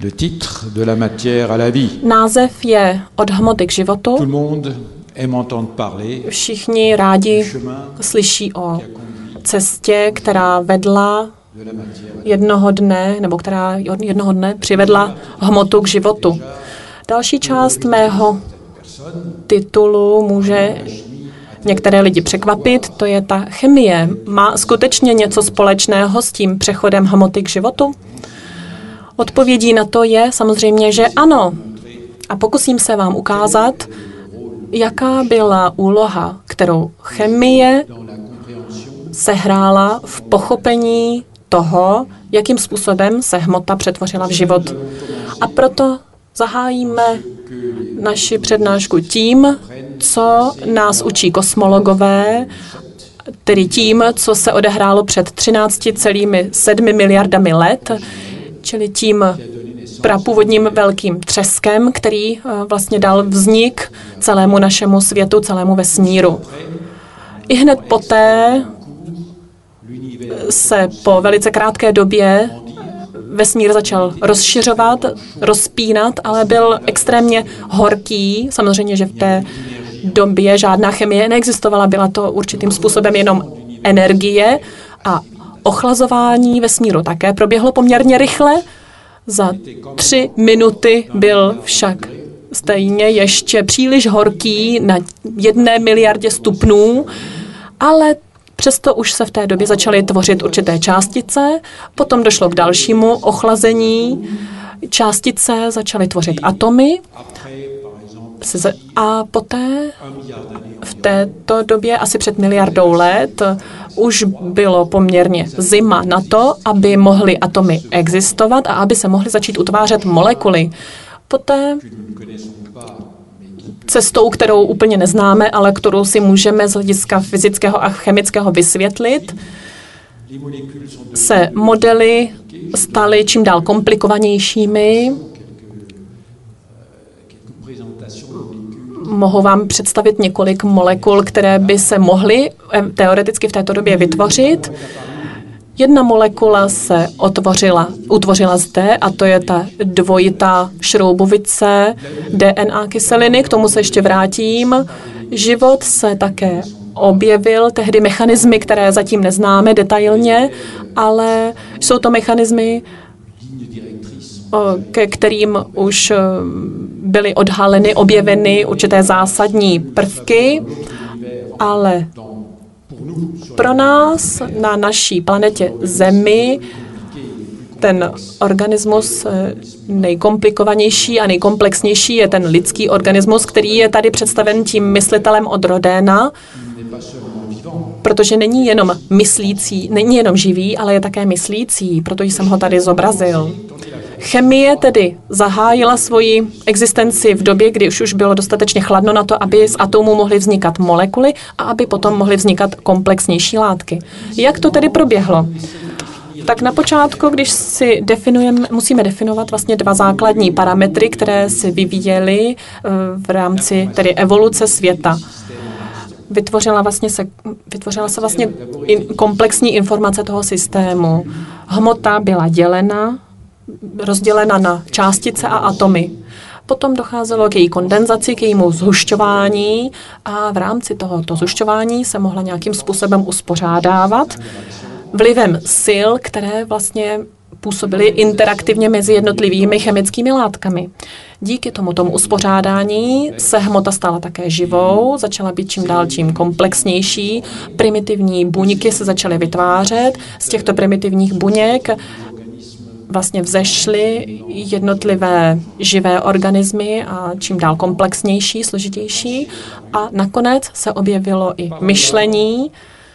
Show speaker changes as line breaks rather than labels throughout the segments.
Le titre de la matière à la vie.
Název je Od hmoty k životu.
Tout le monde aime entendre parler.
Všichni rádi slyší o cestě, která vedla jednoho dne, nebo která jednoho dne přivedla hmotu k životu. Další část mého titulu může některé lidi překvapit, to je ta chemie. Má skutečně něco společného s tím přechodem hmoty k životu? Odpovědí na to je samozřejmě, že ano. A pokusím se vám ukázat, jaká byla úloha, kterou chemie sehrála v pochopení toho, jakým způsobem se hmota přetvořila v život. A proto zahájíme naši přednášku tím, co nás učí kosmologové, tedy tím, co se odehrálo před 13,7 miliardami let, čili tím prapůvodním velkým třeskem, který vlastně dal vznik celému našemu světu, celému vesmíru. I hned poté se po velice krátké době vesmír začal rozšiřovat, rozpínat, ale byl extrémně horký. Samozřejmě, že v té době žádná chemie neexistovala, byla to určitým způsobem jenom energie a ochlazování vesmíru také proběhlo poměrně rychle. Za 3 minuty byl však stejně ještě příliš horký na 1 miliardě stupňů, ale přesto už se v té době začaly tvořit určité částice, potom došlo k dalšímu ochlazení, částice začaly tvořit atomy a poté v této době asi před miliardou let už bylo poměrně zima na to, aby mohly atomy existovat a aby se mohly začít utvářet molekuly. Poté cestou, kterou úplně neznáme, ale kterou si můžeme z hlediska fyzického a chemického vysvětlit, se modely staly čím dál komplikovanějšími. Mohu vám představit několik molekul, které by se mohly teoreticky v této době vytvořit. Jedna molekula se utvořila zde a to je ta dvojitá šroubovice DNA kyseliny, k tomu se ještě vrátím. Život se také objevil, tehdy mechanismy, které zatím neznáme detailně, ale jsou to mechanismy, ke kterým už byly odhaleny, objeveny určité zásadní prvky, ale pro nás na naší planetě Zemi ten organismus nejkomplikovanější a nejkomplexnější je ten lidský organismus, který je tady představen tím myslitelem od Rodéna, protože není jenom myslící, není jenom živý, ale je také myslící, proto jsem ho tady zobrazil. Chemie tedy zahájila svoji existenci v době, kdy už bylo dostatečně chladno na to, aby z atomů mohly vznikat molekuly a aby potom mohly vznikat komplexnější látky. Jak to tedy proběhlo? Tak na počátku, když si musíme definovat vlastně 2 základní parametry, které si vyvíjely v rámci tedy evoluce světa. Vytvořila se vlastně komplexní informace toho systému. Hmota byla rozdělena na částice a atomy. Potom docházelo k její kondenzaci, k jejímu zhušťování a v rámci tohoto zhušťování se mohla nějakým způsobem uspořádávat vlivem sil, které vlastně působily interaktivně mezi jednotlivými chemickými látkami. Díky tomuto uspořádání se hmota stala také živou, začala být čím dál tím komplexnější, primitivní buňky se začaly vytvářet, z těchto primitivních buněk vlastně vzešly jednotlivé živé organismy a čím dál komplexnější, složitější a nakonec se objevilo i myšlení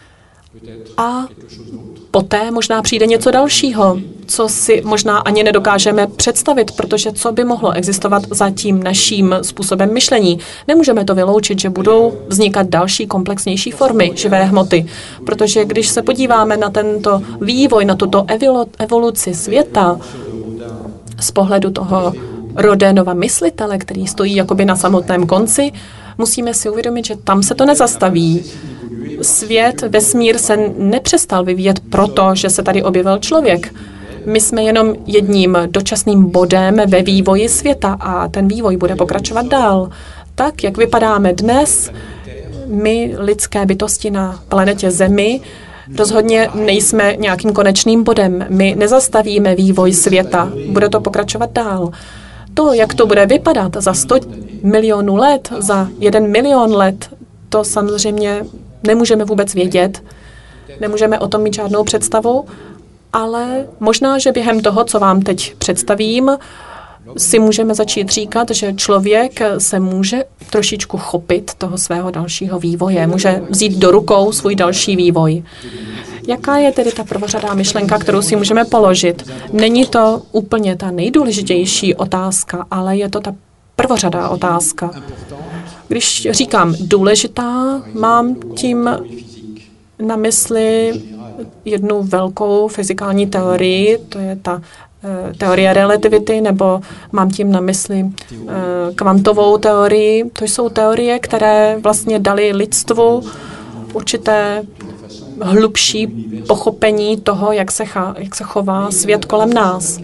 a poté možná přijde něco dalšího, co si možná ani nedokážeme představit, protože co by mohlo existovat za tím naším způsobem myšlení. Nemůžeme to vyloučit, že budou vznikat další komplexnější formy živé hmoty, protože když se podíváme na tento vývoj, na tuto evoluci světa z pohledu toho Rodénova myslitele, který stojí jakoby na samotném konci, musíme si uvědomit, že tam se to nezastaví. Svět, vesmír se nepřestal vyvíjet proto, že se tady objevil člověk. My jsme jenom jedním dočasným bodem ve vývoji světa a ten vývoj bude pokračovat dál. Tak, jak vypadáme dnes, my, lidské bytosti na planetě Zemi, rozhodně nejsme nějakým konečným bodem. My nezastavíme vývoj světa, bude to pokračovat dál. To, jak to bude vypadat za 100 milionů let, za 1 milion let, to samozřejmě nemůžeme vůbec vědět. Nemůžeme o tom mít žádnou představu, ale možná, že během toho, co vám teď představím, si můžeme začít říkat, že člověk se může trošičku chopit toho svého dalšího vývoje, může vzít do rukou svůj další vývoj. Jaká je tedy ta prvořadá myšlenka, kterou si můžeme položit? Není to úplně ta nejdůležitější otázka, ale je to ta prvořadá otázka. Když říkám důležitá, mám tím na mysli jednu velkou fyzikální teorii, to je ta teorie relativity, nebo mám tím na mysli kvantovou teorii. To jsou teorie, které vlastně daly lidstvu určité hlubší pochopení toho, jak se chová svět kolem nás.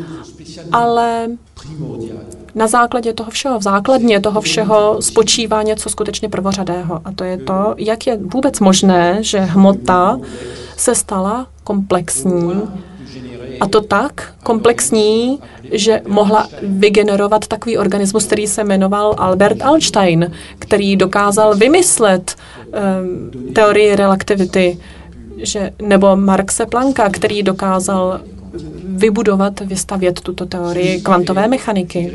Ale na základě toho všeho, v základně toho všeho spočívá něco skutečně prvořadého. A to je to, jak je vůbec možné, že hmota se stala komplexní. A to tak komplexní, že mohla vygenerovat takový organismus, který se jmenoval Albert Einstein, který dokázal vymyslet teorii relativity, nebo Maxe Plancka, který dokázal vybudovat, vystavět tuto teorii kvantové mechaniky.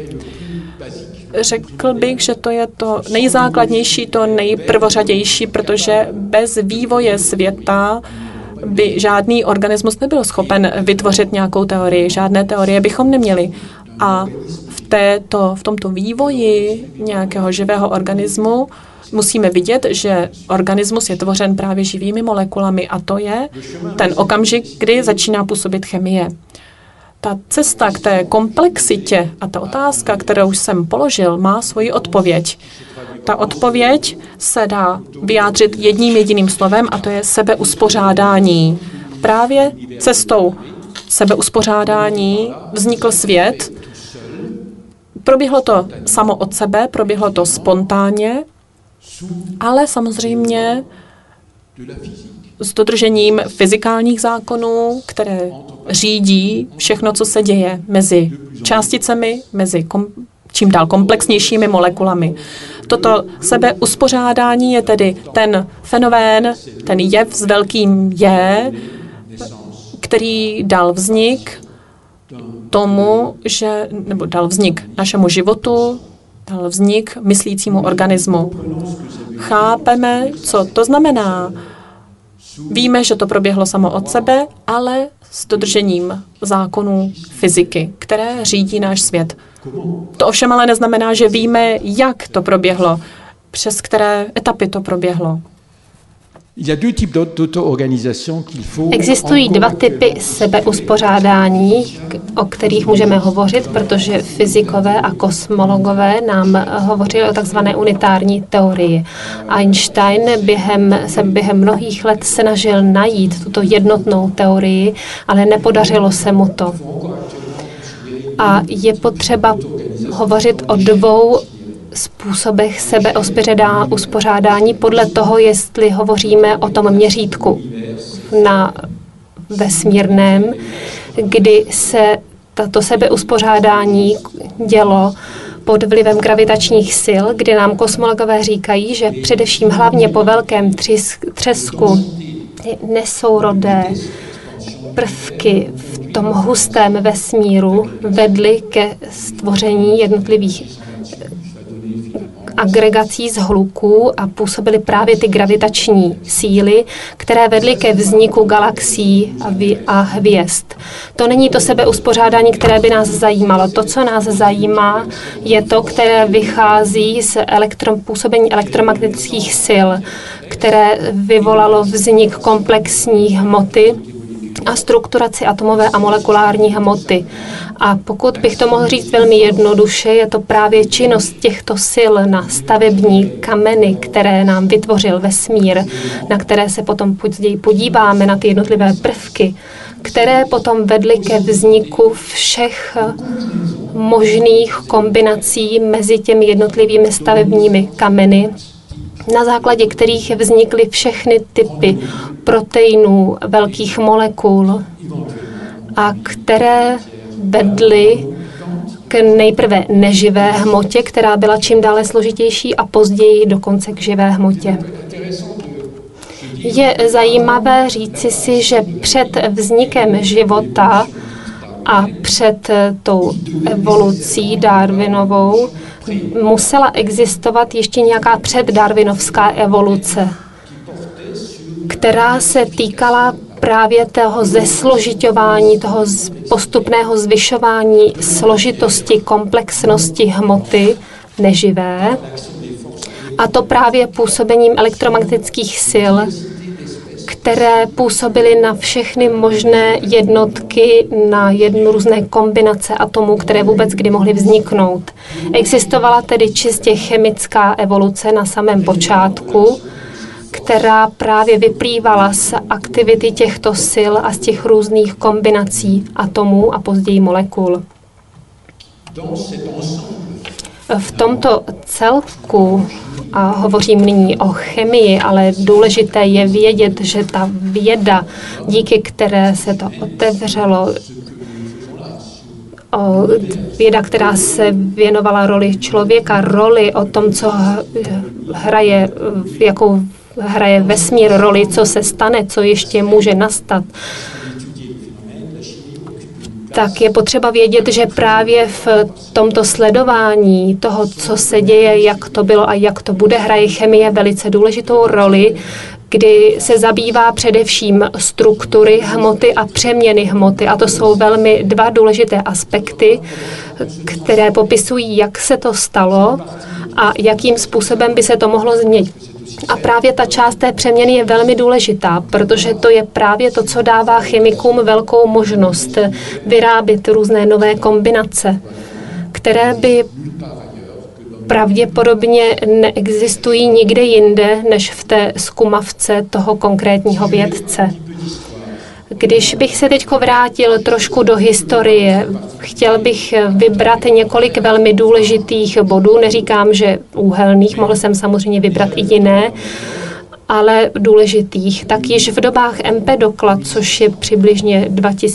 Řekl bych, že to je to nejzákladnější, to nejprvořadější, protože bez vývoje světa by žádný organismus nebyl schopen vytvořit nějakou teorii. Žádné teorie bychom neměli. A v tomto vývoji nějakého živého organismu musíme vidět, že organismus je tvořen právě živými molekulami a to je ten okamžik, kdy začíná působit chemie. Ta cesta k té komplexitě a ta otázka, kterou jsem položil, má svoji odpověď. Ta odpověď se dá vyjádřit jedním jediným slovem a to je sebeuspořádání. Právě cestou sebeuspořádání vznikl svět. Proběhlo to samo od sebe, proběhlo to spontánně, ale samozřejmě s dodržením fyzikálních zákonů, které řídí všechno, co se děje mezi částicemi, mezi čím dál komplexnějšími molekulami. Toto sebeuspořádání je tedy ten fenomén, ten jev s velkým je, který dal vznik tomu, nebo dal vznik našemu životu, dal vznik myslícímu organismu. Chápeme, co to znamená. Víme, že to proběhlo samo od sebe, ale s dodržením zákonů fyziky, které řídí náš svět. To ovšem ale neznamená, že víme, jak to proběhlo, přes které etapy to proběhlo.
Existují dva typy sebeuspořádání, o kterých můžeme hovořit, protože fyzikové a kosmologové nám hovořili o takzvané unitární teorii. Einstein se během mnohých let snažil najít tuto jednotnou teorii, ale nepodařilo se mu to. A je potřeba hovořit o dvou způsobech sebeuspořádání podle toho, jestli hovoříme o tom měřítku na vesmírném, kdy se tato sebeuspořádání dělo pod vlivem gravitačních sil, kdy nám kosmologové říkají, že především hlavně po velkém třesku nesourodé prvky v tom hustém vesmíru vedly ke stvoření jednotlivých agregací z hluků a působily právě ty gravitační síly, které vedly ke vzniku galaxií a hvězd. To není to sebeuspořádání, které by nás zajímalo. To, co nás zajímá, je to, které vychází z působení elektromagnetických sil, které vyvolalo vznik komplexní hmoty a strukturaci atomové a molekulární hmoty. A pokud bych to mohl říct velmi jednoduše, je to právě činnost těchto sil na stavební kameny, které nám vytvořil vesmír, na které se potom později podíváme, na ty jednotlivé prvky. které potom vedly ke vzniku všech možných kombinací mezi těmi jednotlivými stavebními kameny, na základě kterých vznikly všechny typy proteinů, velkých molekul a které vedly k nejprve neživé hmotě, která byla čím dále složitější a později dokonce k živé hmotě. Je zajímavé říci si, že před vznikem života a před tou evolucí Darwinovou musela existovat ještě nějaká předdarwinovská evoluce, která se týkala právě toho zesložiťování, toho postupného zvyšování složitosti, komplexnosti hmoty neživé, a to právě působením elektromagnetických sil, které působily na všechny možné jednotky, na různé kombinace atomů, které vůbec kdy mohly vzniknout. Existovala tedy čistě chemická evoluce na samém počátku, která právě vyplývala z aktivity těchto sil a z těch různých kombinací atomů a později molekul. V tomto celku, a hovořím nyní o chemii, ale důležité je vědět, že ta věda, díky které se to otevřelo, věda, která se věnovala roli člověka, roli o tom, co hraje, jakou hraje vesmír roli, co se stane, co ještě může nastat, tak je potřeba vědět, že právě v tomto sledování toho, co se děje, jak to bylo a jak to bude, hraje chemie velice důležitou roli, kdy se zabývá především struktury hmoty a přeměny hmoty. A to jsou velmi dva důležité aspekty, které popisují, jak se to stalo a jakým způsobem by se to mohlo změnit. A právě ta část té přeměny je velmi důležitá, protože to je právě to, co dává chemikům velkou možnost vyrábět různé nové kombinace, které by pravděpodobně neexistují nikde jinde, než v té zkumavce toho konkrétního vědce. Když bych se teď vrátil trošku do historie, chtěl bych vybrat několik velmi důležitých bodů. Neříkám, že úhelných, mohl jsem samozřejmě vybrat i jiné, ale důležitých. Tak již v dobách Empedokla, což je přibližně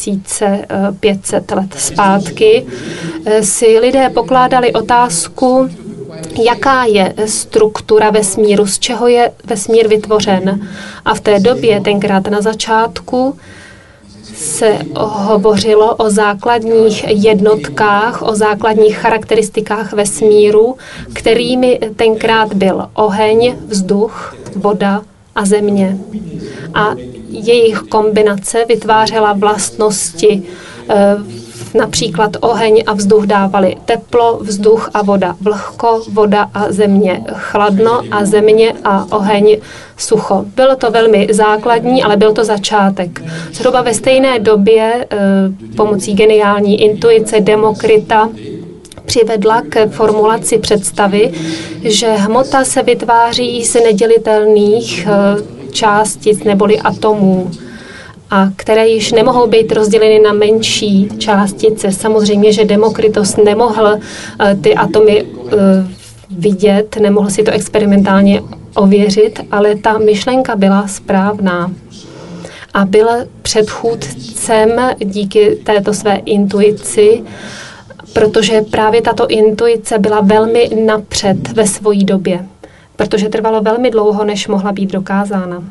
2500 let zpátky, si lidé pokládali otázku, jaká je struktura vesmíru, z čeho je vesmír vytvořen. A v té době, tenkrát na začátku, se hovořilo o základních jednotkách, o základních charakteristikách vesmíru, kterými tenkrát byl oheň, vzduch, voda a země. A jejich kombinace vytvářela vlastnosti. Například oheň a vzduch dávali teplo, vzduch a voda vlhko, voda a země chladno a země a oheň sucho. Bylo to velmi základní, ale byl to začátek. Zhruba ve stejné době pomocí geniální intuice Demokrita přivedla k formulaci představy, že hmota se vytváří z nedělitelných částic neboli atomů, a které již nemohou být rozděleny na menší částice. Samozřejmě, že Demokritos nemohl ty atomy vidět, nemohl si to experimentálně ověřit, ale ta myšlenka byla správná. A byl předchůdcem díky této své intuici, protože právě tato intuice byla velmi napřed ve své době, protože trvalo velmi dlouho, než mohla být dokázána.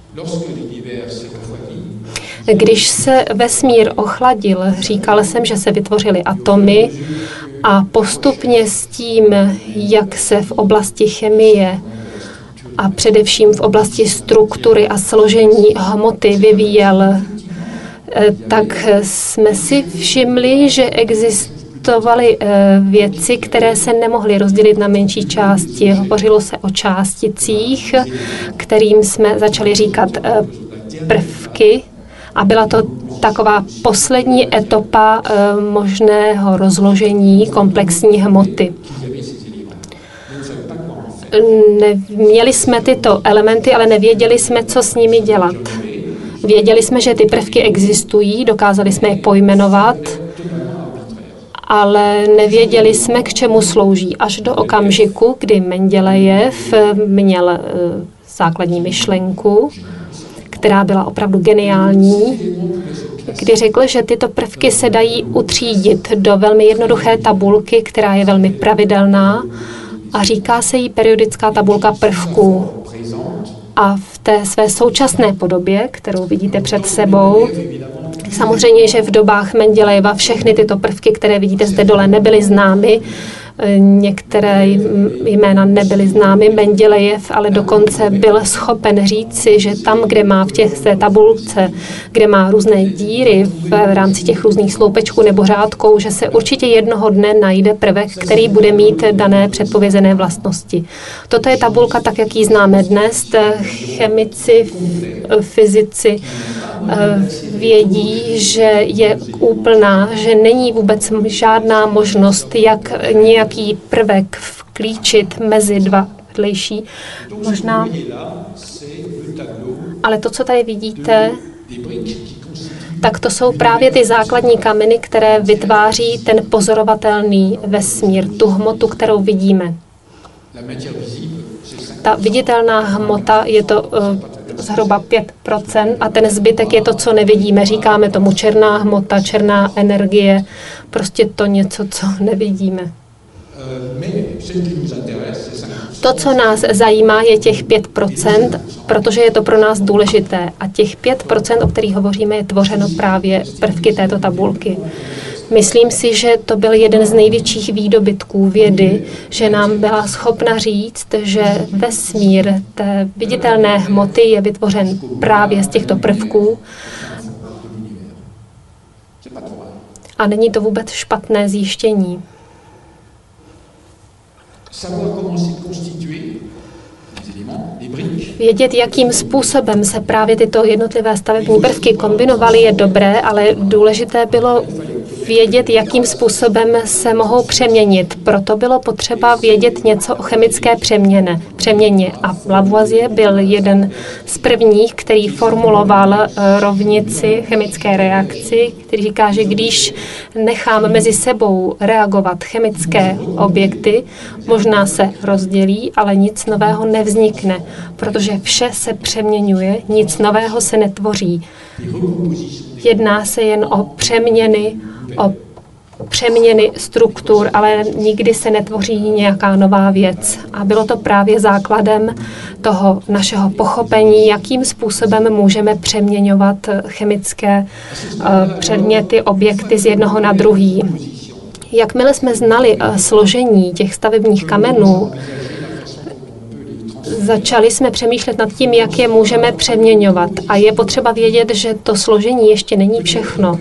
Když se vesmír ochladil, říkal jsem, že se vytvořily atomy a postupně s tím, jak se v oblasti chemie a především v oblasti struktury a složení hmoty vyvíjel, tak jsme si všimli, že existovaly věci, které se nemohly rozdělit na menší části. Hovořilo se o částicích, kterým jsme začali říkat prvky, a byla to taková poslední etapa možného rozložení komplexní hmoty. Měli jsme tyto elementy, ale nevěděli jsme, co s nimi dělat. Věděli jsme, že ty prvky existují, dokázali jsme je pojmenovat, ale nevěděli jsme, k čemu slouží. Až do okamžiku, kdy Mendelejev měl základní myšlenku, která byla opravdu geniální, kdy řekl, že tyto prvky se dají utřídit do velmi jednoduché tabulky, která je velmi pravidelná a říká se jí periodická tabulka prvků. A v té své současné podobě, kterou vidíte před sebou, samozřejmě, že v dobách Mendelejeva všechny tyto prvky, které vidíte zde dole, nebyly známy. Některé jména nebyly známy. Mendelejev ale dokonce byl schopen říci, že tam, kde má v té tabulce, kde má různé díry v rámci těch různých sloupečků nebo řádků, že se určitě jednoho dne najde prvek, který bude mít dané předpovězené vlastnosti. Toto je tabulka tak, jak ji známe dnes. Chemici, fyzici vědí, že je úplná, že není vůbec žádná možnost, jak nějaký prvek vklíčit mezi dva vedlejší. Možná. Ale to, co tady vidíte, tak to jsou právě ty základní kameny, které vytváří ten pozorovatelný vesmír, tu hmotu, kterou vidíme. Ta viditelná hmota je to zhruba 5% a ten zbytek je to, co nevidíme. Říkáme tomu černá hmota, černá energie, prostě to něco, co nevidíme. To, co nás zajímá, je těch 5%, protože je to pro nás důležité. A těch 5%, o kterých hovoříme, je tvořeno právě prvky této tabulky. Myslím si, že to byl jeden z největších výdobytků vědy, že nám byla schopna říct, že vesmír té viditelné hmoty je vytvořen právě z těchto prvků. A není to vůbec špatné zjištění. Vědět, jakým způsobem se právě tyto jednotlivé stavební prvky kombinovaly, je dobré, ale důležité bylo vědět, jakým způsobem se mohou přeměnit. Proto bylo potřeba vědět něco o chemické přeměně. A Lavoisier byl jeden z prvních, který formuloval rovnici chemické reakci, který říká, že když nechám mezi sebou reagovat chemické objekty, možná se rozdělí, ale nic nového nevznikne, protože vše se přeměňuje, nic nového se netvoří. Jedná se jen o přeměny struktur, ale nikdy se netvoří nějaká nová věc. A bylo to právě základem toho našeho pochopení, jakým způsobem můžeme přeměňovat chemické předměty, objekty z jednoho na druhý. Jakmile jsme znali složení těch stavebních kamenů, začali jsme přemýšlet nad tím, jak je můžeme přeměňovat. A je potřeba vědět, že to složení ještě není všechno.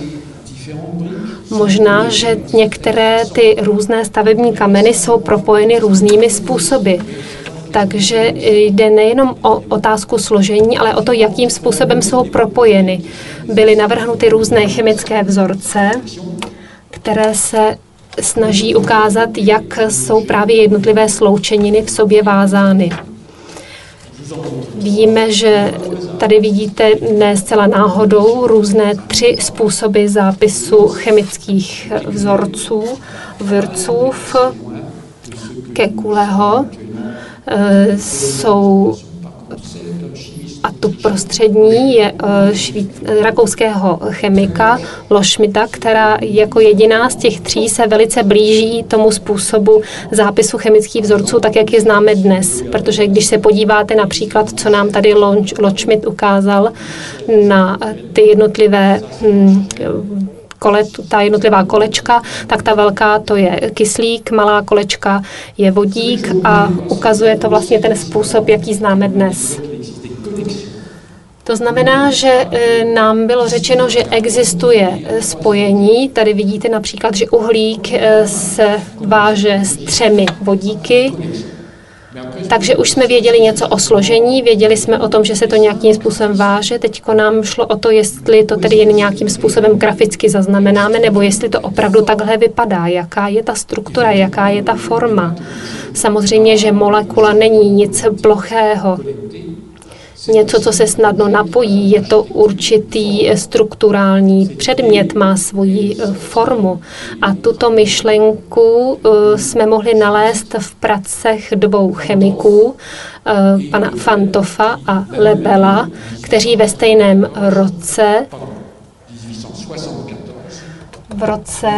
Možná, že některé ty různé stavební kameny jsou propojeny různými způsoby. Takže jde nejenom o otázku složení, ale o to, jakým způsobem jsou propojeny. Byly navrhnuty různé chemické vzorce, které se snaží ukázat, jak jsou právě jednotlivé sloučeniny v sobě vázány. Víme, že tady vidíte ne zcela náhodou různé 3 způsoby zápisu chemických vzorců, Würzův, Kekuleho, jsou a tu prostřední je rakouského chemika Loschmidta, která jako jediná z těch 3 se velice blíží tomu způsobu zápisu chemických vzorců, tak jak je známe dnes. Protože když se podíváte například, co nám tady Loschmidt ukázal na ty jednotlivé ta jednotlivá kolečka, tak ta velká to je kyslík, malá kolečka je vodík a ukazuje to vlastně ten způsob, jaký známe dnes. To znamená, že nám bylo řečeno, že existuje spojení. Tady vidíte například, že uhlík se váže s 3 vodíky. Takže už jsme věděli něco o složení, věděli jsme o tom, že se to nějakým způsobem váže. Teďko nám šlo o to, jestli to tedy jen nějakým způsobem graficky zaznamenáme, nebo jestli to opravdu takhle vypadá, jaká je ta struktura, jaká je ta forma. Samozřejmě, že molekula není nic plochého. něco, co se snadno napojí. Je to určitý strukturální předmět, má svoji formu. A tuto myšlenku jsme mohli nalézt v pracech dvou chemiků, pana Fantoffa a Lebela, kteří ve stejném roce v roce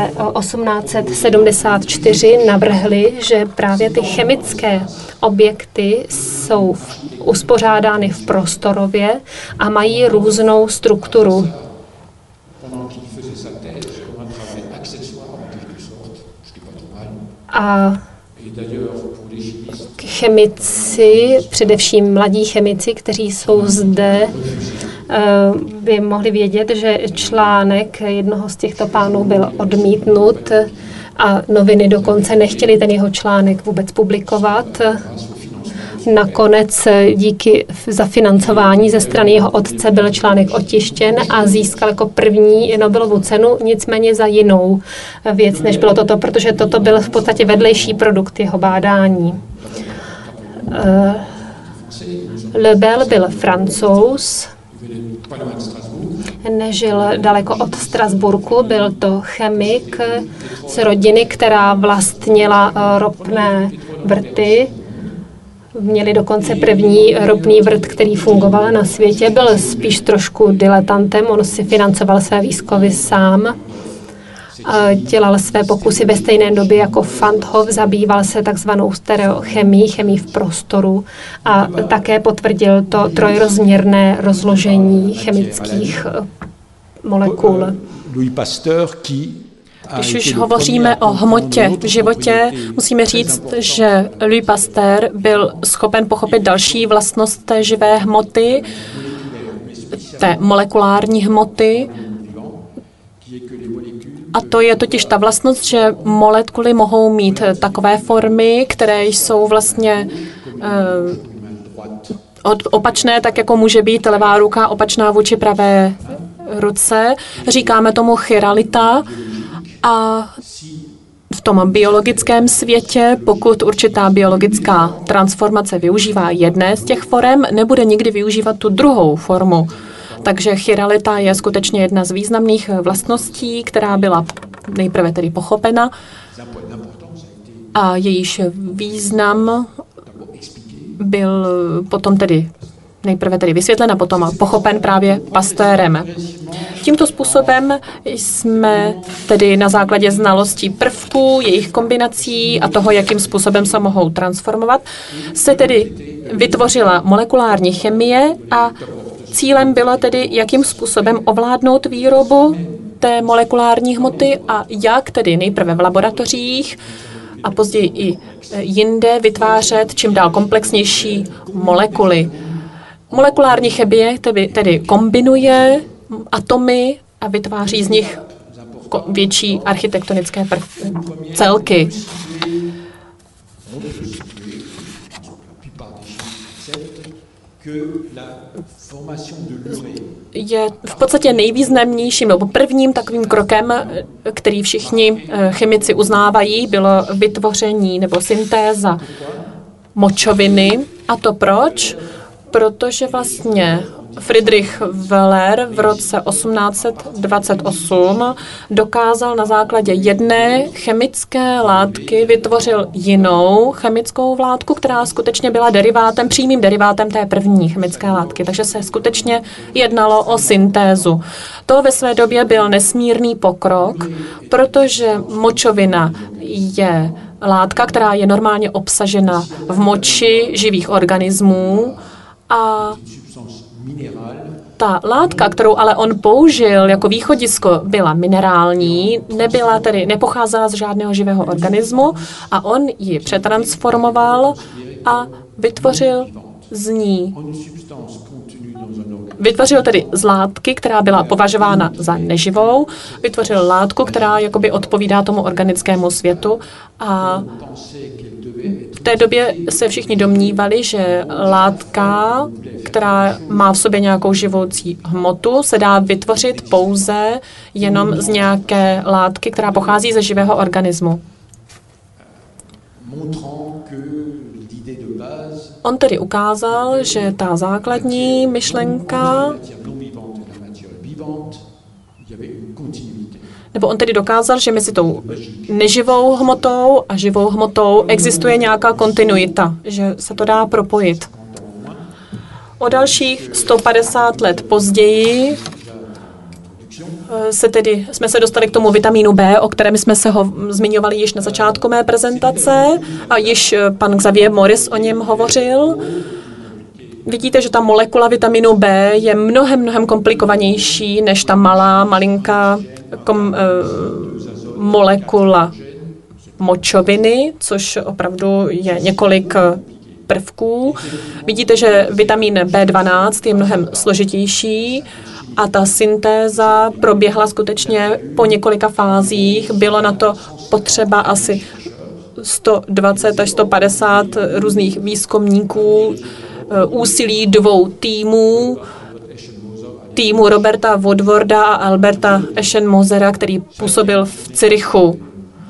1874 navrhli, že právě ty chemické objekty jsou uspořádány v prostorově a mají různou strukturu. A chemici, především mladí chemici, kteří jsou zde, by mohli vědět, že článek jednoho z těchto pánů byl odmítnut a noviny dokonce nechtěli ten jeho článek vůbec publikovat. Nakonec díky zafinancování ze strany jeho otce byl článek otištěn a získal jako první Nobelovu cenu, nicméně za jinou věc, než bylo toto, protože toto byl v podstatě vedlejší produkt jeho bádání. Lebel byl Francouz, nežil daleko od Strasburku, byl to chemik z rodiny, která vlastnila ropné vrty. Měli dokonce první ropný vrt, který fungoval na světě. Byl spíš trošku diletantem, on si financoval své výzkumy sám. Dělal své pokusy ve stejné době jako Fanthoff, zabýval se takzvanou stereochemií, chemii v prostoru a také potvrdil to trojrozměrné rozložení chemických molekul.
Když už hovoříme o hmotě v životě, musíme říct, že Louis Pasteur byl schopen pochopit další vlastnost té živé hmoty, té molekulární hmoty. A to je totiž ta vlastnost, že molekuly mohou mít takové formy, které jsou vlastně opačné, tak jako může být levá ruka opačná vůči pravé ruce. Říkáme tomu chiralita. A v tom biologickém světě, pokud určitá biologická transformace využívá jedné z těch forem, nebude nikdy využívat tu druhou formu. Takže chiralita je skutečně jedna z významných vlastností, která byla nejprve tedy pochopena a jejíž význam byl potom tedy nejprve tedy vysvětlen a potom pochopen právě Pasteurem. Tímto způsobem jsme tedy na základě znalostí prvků, jejich kombinací a toho, jakým způsobem se mohou transformovat, se tedy vytvořila molekulární chemie a cílem bylo tedy, jakým způsobem ovládnout výrobu té molekulární hmoty a jak tedy nejprve v laboratořích a později i jinde vytvářet čím dál komplexnější molekuly. Molekulární chemie tedy kombinuje atomy a vytváří z nich větší architektonické celky. Je v podstatě nejvýznamnějším nebo prvním takovým krokem, který všichni chemici uznávají, bylo vytvoření nebo syntéza močoviny. A to proč? Protože vlastně Friedrich Wöhler v roce 1828 dokázal na základě jedné chemické látky vytvořil jinou chemickou látku, která skutečně byla přímým derivátem té první chemické látky. Takže se skutečně jednalo o syntézu. To ve své době byl nesmírný pokrok, protože močovina je látka, která je normálně obsažena v moči živých organismů a ta látka, kterou ale on použil jako východisko, byla minerální, nepocházela z žádného živého organismu a on ji přetransformoval a vytvořil tedy z látky, která byla považována za neživou, vytvořil látku, která jakoby odpovídá tomu organickému světu a v té době se všichni domnívali, že látka, která má v sobě nějakou živoucí hmotu, se dá vytvořit pouze jenom z nějaké látky, která pochází ze živého organismu. On tedy ukázal, že ta základní myšlenka, nebo on tedy dokázal, že mezi tou neživou hmotou a živou hmotou existuje nějaká kontinuita, že se to dá propojit. O dalších 150 let později jsme se dostali k tomu vitamínu B, o kterém jsme se zmiňovali již na začátku mé prezentace a již pan Xavier Morris o něm hovořil. Vidíte, že ta molekula vitamínu B je mnohem komplikovanější než ta malinká molekula močoviny, což opravdu je několik prvků. Vidíte, že vitamin B12 je mnohem složitější a ta syntéza proběhla skutečně po několika fázích. Bylo na to potřeba asi 120 až 150 různých výzkumníků, úsilí 2 týmu Roberta Woodwarda a Alberta Eschenmosera, který působil v Curychu.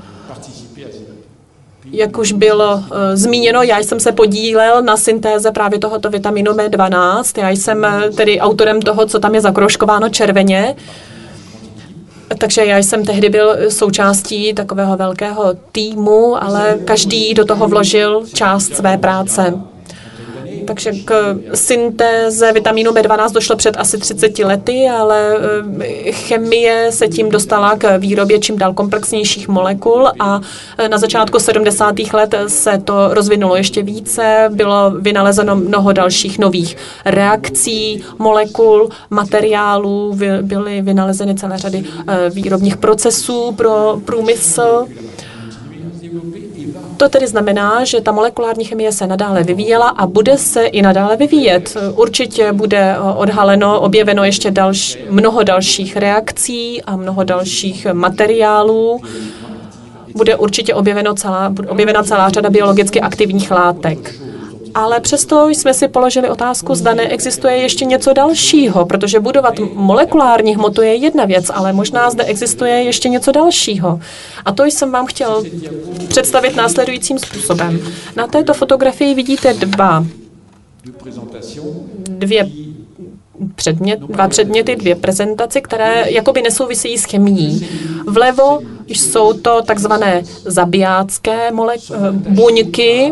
Jak už bylo zmíněno, já jsem se podílel na syntéze právě tohoto vitaminu B12. Já jsem tedy autorem toho, co tam je zakroužkováno červeně. Takže já jsem tehdy byl součástí takového velkého týmu, ale každý do toho vložil část své práce. Takže k syntéze vitamínu B12 došlo před asi 30 lety, ale chemie se tím dostala k výrobě čím dál komplexnějších molekul a na začátku 70. let se to rozvinulo ještě více, bylo vynalezeno mnoho dalších nových reakcí, molekul, materiálů, byly vynalezeny celé řady výrobních procesů pro průmysl. To tedy znamená, že ta molekulární chemie se nadále vyvíjela a bude se i nadále vyvíjet. Určitě bude objeveno ještě mnoho dalších reakcí a mnoho dalších materiálů. Bude určitě objevena celá řada biologicky aktivních látek. Ale přesto jsme si položili otázku, zda neexistuje ještě něco dalšího, protože budovat molekulární hmotu je jedna věc, ale možná zde existuje ještě něco dalšího. A to jsem vám chtěl představit následujícím způsobem. Na této fotografii vidíte dva předměty, 2 prezentace, které jakoby nesouvisejí s chemií. Vlevo jsou to takzvané zabijácké buňky,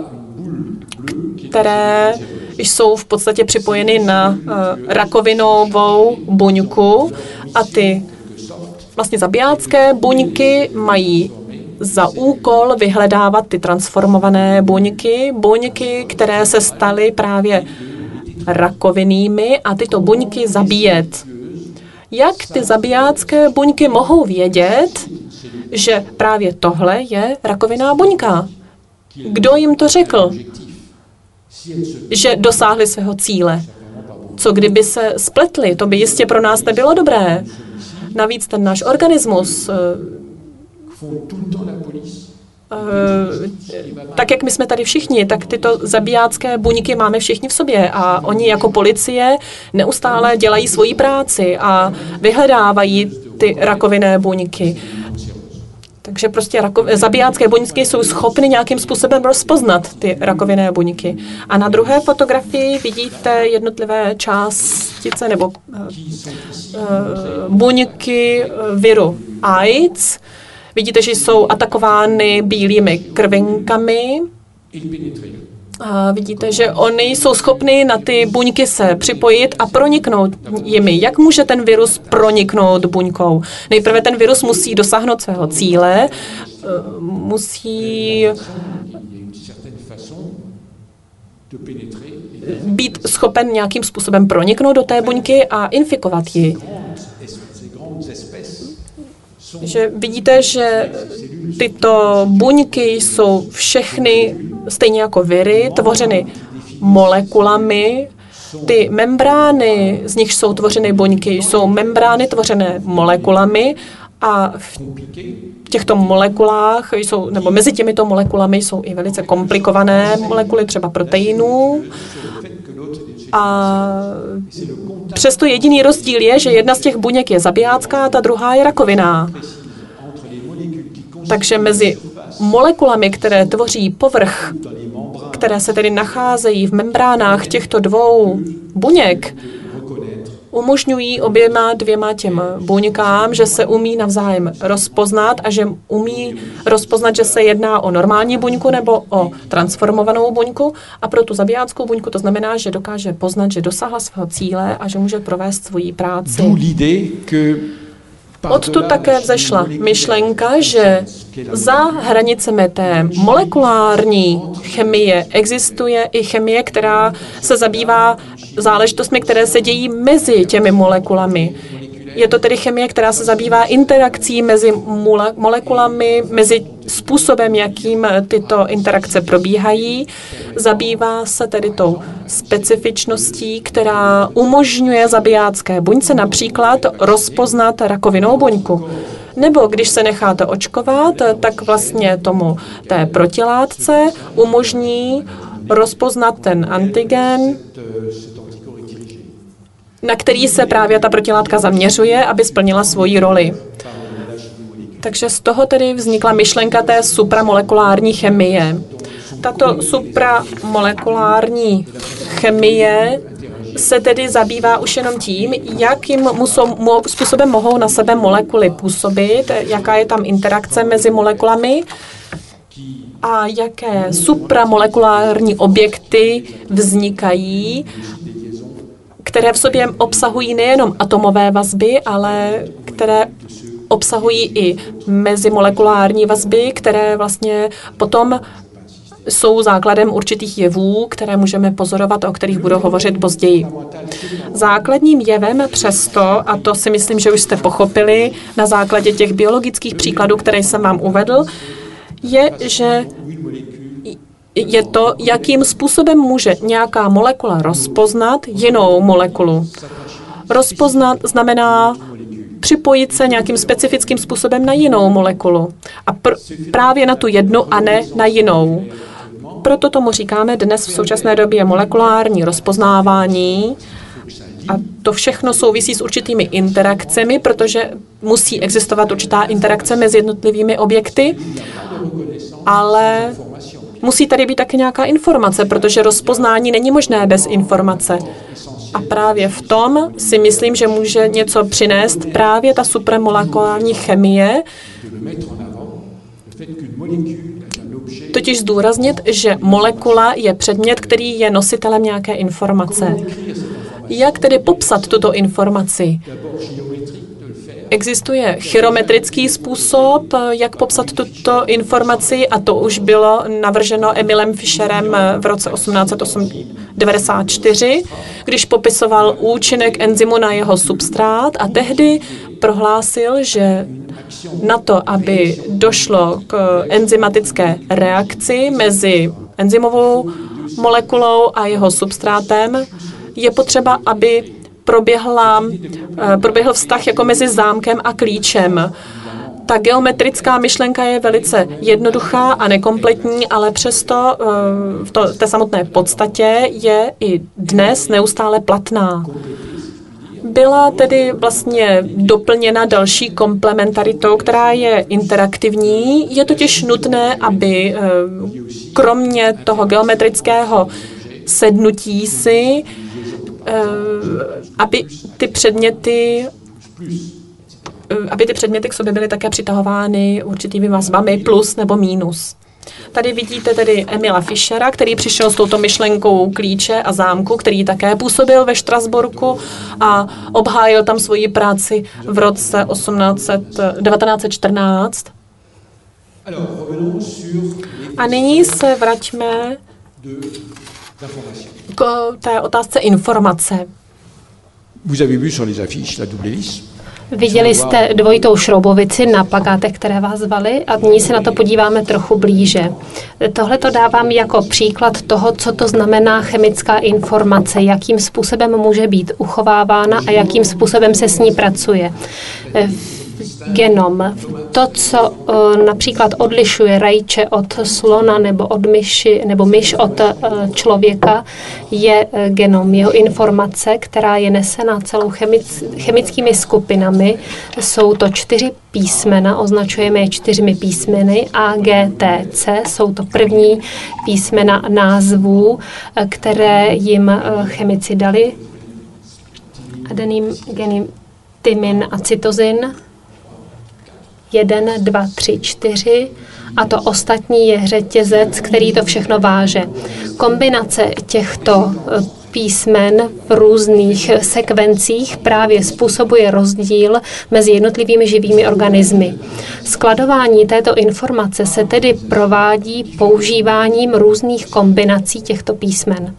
které jsou v podstatě připojeny na rakovinovou buňku a ty vlastně zabijácké buňky mají za úkol vyhledávat ty transformované buňky, které se staly právě rakovinnými a tyto buňky zabíjet. Jak ty zabijácké buňky mohou vědět, že právě tohle je rakovinná buňka? Kdo jim to řekl, že dosáhli svého cíle? Co kdyby se spletli? To by jistě pro nás nebylo dobré. Navíc ten náš organismus, tak jak my jsme tady všichni, tak tyto zabijácké buňky máme všichni v sobě a oni jako policie neustále dělají svoji práci a vyhledávají ty rakovinné buňky. Takže prostě zabijácké buňky jsou schopny nějakým způsobem rozpoznat ty rakovinné buňky. A na druhé fotografii vidíte jednotlivé částice nebo buňky viru AIDS. Vidíte, že jsou atakovány bílými krvinkami. A vidíte, že oni jsou schopni na ty buňky se připojit a proniknout jimi. Jak může ten virus proniknout buňkou? Nejprve ten virus musí dosáhnout svého cíle, musí být schopen nějakým způsobem proniknout do té buňky a infikovat ji. Že vidíte, že tyto buňky jsou všechny, stejně jako viry, tvořeny molekulami. Ty membrány, z nich jsou tvořeny buňky, jsou membrány tvořené molekulami a v těchto molekulách nebo mezi těmito molekulami jsou i velice komplikované molekuly, třeba proteinů. A přesto jediný rozdíl je, že jedna z těch buněk je zabijácká a ta druhá je rakovinná. Takže mezi molekulami, které tvoří povrch, které se tedy nacházejí v membránách těchto dvou buněk, umožňují dvěma těm buňkám, že se umí navzájem rozpoznat a že umí rozpoznat, že se jedná o normální buňku nebo o transformovanou buňku. A pro tu zabijáckou buňku to znamená, že dokáže poznat, že dosáhla svého cíle a že může provést svoji práci. Odtud také vzešla myšlenka, že za hranicemi té molekulární chemie existuje i chemie, která se zabývá záležitostmi, které se dějí mezi těmi molekulami. Je to tedy chemie, která se zabývá interakcí mezi molekulami, mezi způsobem, jakým tyto interakce probíhají. Zabývá se tedy tou specifičností, která umožňuje zabijácké buňce například rozpoznat rakovinou buňku. Nebo když se necháte očkovat, tak vlastně tomu té protilátce umožní rozpoznat ten antigen, na který se právě ta protilátka zaměřuje, aby splnila svoji roli. Takže z toho tedy vznikla myšlenka té supramolekulární chemie. Tato supramolekulární chemie se tedy zabývá už jenom tím, jakým způsobem mohou na sebe molekuly působit, jaká je tam interakce mezi molekulami a jaké supramolekulární objekty vznikají, které v sobě obsahují nejenom atomové vazby, ale které obsahují i mezimolekulární vazby, které vlastně potom jsou základem určitých jevů, které můžeme pozorovat, o kterých budu hovořit později. Základním jevem přesto, a to si myslím, že už jste pochopili na základě těch biologických příkladů, které jsem vám uvedl, je, že je to, jakým způsobem může nějaká molekula rozpoznat jinou molekulu. Rozpoznat znamená připojit se nějakým specifickým způsobem na jinou molekulu. A právě na tu jednu a ne na jinou. Proto tomu říkáme dnes v současné době molekulární rozpoznávání. A to všechno souvisí s určitými interakcemi, protože musí existovat určitá interakce mezi jednotlivými objekty, ale musí tady být také nějaká informace, protože rozpoznání není možné bez informace. A právě v tom si myslím, že může něco přinést právě ta supramolekulární chemie, totiž zdůraznit, že molekula je předmět, který je nositelem nějaké informace. Jak tedy popsat tuto informaci? Existuje chirometrický způsob, jak popsat tuto informaci, a to už bylo navrženo Emilem Fischerem v roce 1894, když popisoval účinek enzymu na jeho substrát a tehdy prohlásil, že na to, aby došlo k enzymatické reakci mezi enzymovou molekulou a jeho substrátem, je potřeba, aby proběhl vztah jako mezi zámkem a klíčem. Ta geometrická myšlenka je velice jednoduchá a nekompletní, ale přesto v té samotné podstatě je i dnes neustále platná. Byla tedy vlastně doplněna další komplementaritou, která je interaktivní. Je totiž nutné, aby kromě toho geometrického sednutí si, aby ty předměty k sobě byly také přitahovány určitými vazbami plus nebo mínus. Tady vidíte tedy Emila Fischera, který přišel s touto myšlenkou klíče a zámku, který také působil ve Štrasburku a obhájil tam svoji práci v roce 1914. A nyní se vraťme k té otázce informace.
Vous avez vu sur les affiches la double vis?
Viděli jste dvojitou šroubovici na plakátech, které vás zvaly, a nyní se na to podíváme trochu blíže. Tohle to dávám jako příklad toho, co to znamená chemická informace, jakým způsobem může být uchovávána a jakým způsobem se s ní pracuje. genom. To, co například odlišuje rajče od slona nebo od myši, nebo myš od člověka, je genom, jeho informace, která je nesena celou chemickými skupinami. Jsou to 4 písmena, označujeme je 4 písmeny A, G, T, C. Jsou to první písmena názvů, které jim chemici dali. Adenin, genin, tymin a cytozin. 1, 2, 3, 4 a to ostatní je řetězec, který to všechno váže. Kombinace těchto písmen v různých sekvencích právě způsobuje rozdíl mezi jednotlivými živými organismy. Skladování této informace se tedy provádí používáním různých kombinací těchto písmen.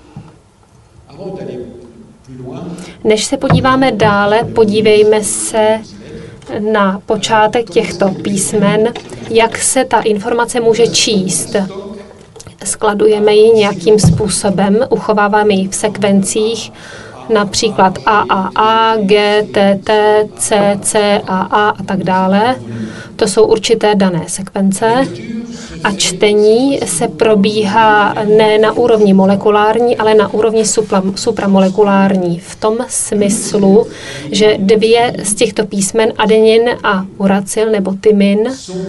Než se podíváme dále, podívejme se na počátek těchto písmen, jak se ta informace může číst. Skladujeme ji nějakým způsobem, uchováváme ji v sekvencích, například AAA, G, T, T, C, C, AA a tak dále. To jsou určité dané sekvence. A čtení se probíhá ne na úrovni molekulární, ale na úrovni supramolekulární. V tom smyslu, že 2 z těchto písmen, adenin a uracil nebo tymin,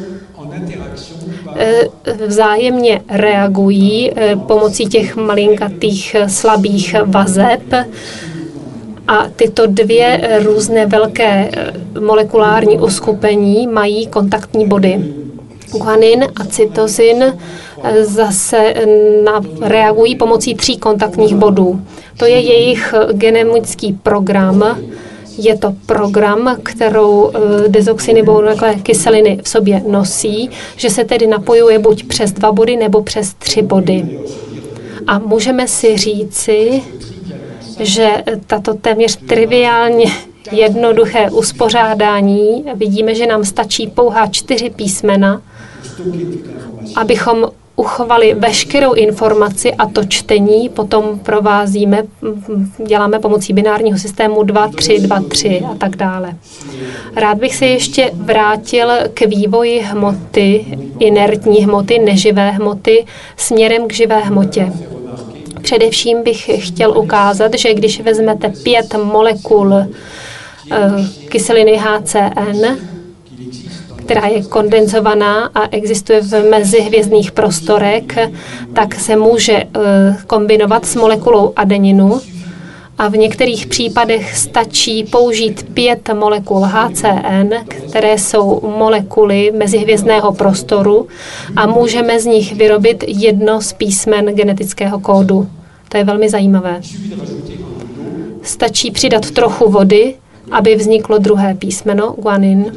vzájemně reagují pomocí těch malinkatých slabých vazeb a tyto 2 různé velké molekulární uskupení mají kontaktní body. Guanin a cytozin zase reagují pomocí 3 kontaktních bodů. To je jejich genomický program. Je to program, kterou dezoxyribonukleinové kyseliny v sobě nosí, že se tedy napojuje buď přes 2 body nebo přes 3 body. A můžeme si říci, že tato téměř triviálně jednoduché uspořádání, vidíme, že nám stačí pouhá 4 písmena, abychom uchovali veškerou informaci a to čtení potom provázíme, děláme pomocí binárního systému 2, 3, 2, 3 a tak dále. Rád bych se ještě vrátil k vývoji hmoty, inertní hmoty, neživé hmoty, směrem k živé hmotě. Především bych chtěl ukázat, že když vezmete 5 molekul kyseliny HCN, která je kondenzovaná a existuje v mezihvězdných prostorech, tak se může kombinovat s molekulou adeninu a v některých případech stačí použít 5 molekul HCN, které jsou molekuly mezihvězdného prostoru a můžeme z nich vyrobit 1 z písmen genetického kódu. To je velmi zajímavé. Stačí přidat trochu vody, aby vzniklo druhé písmeno, guanin.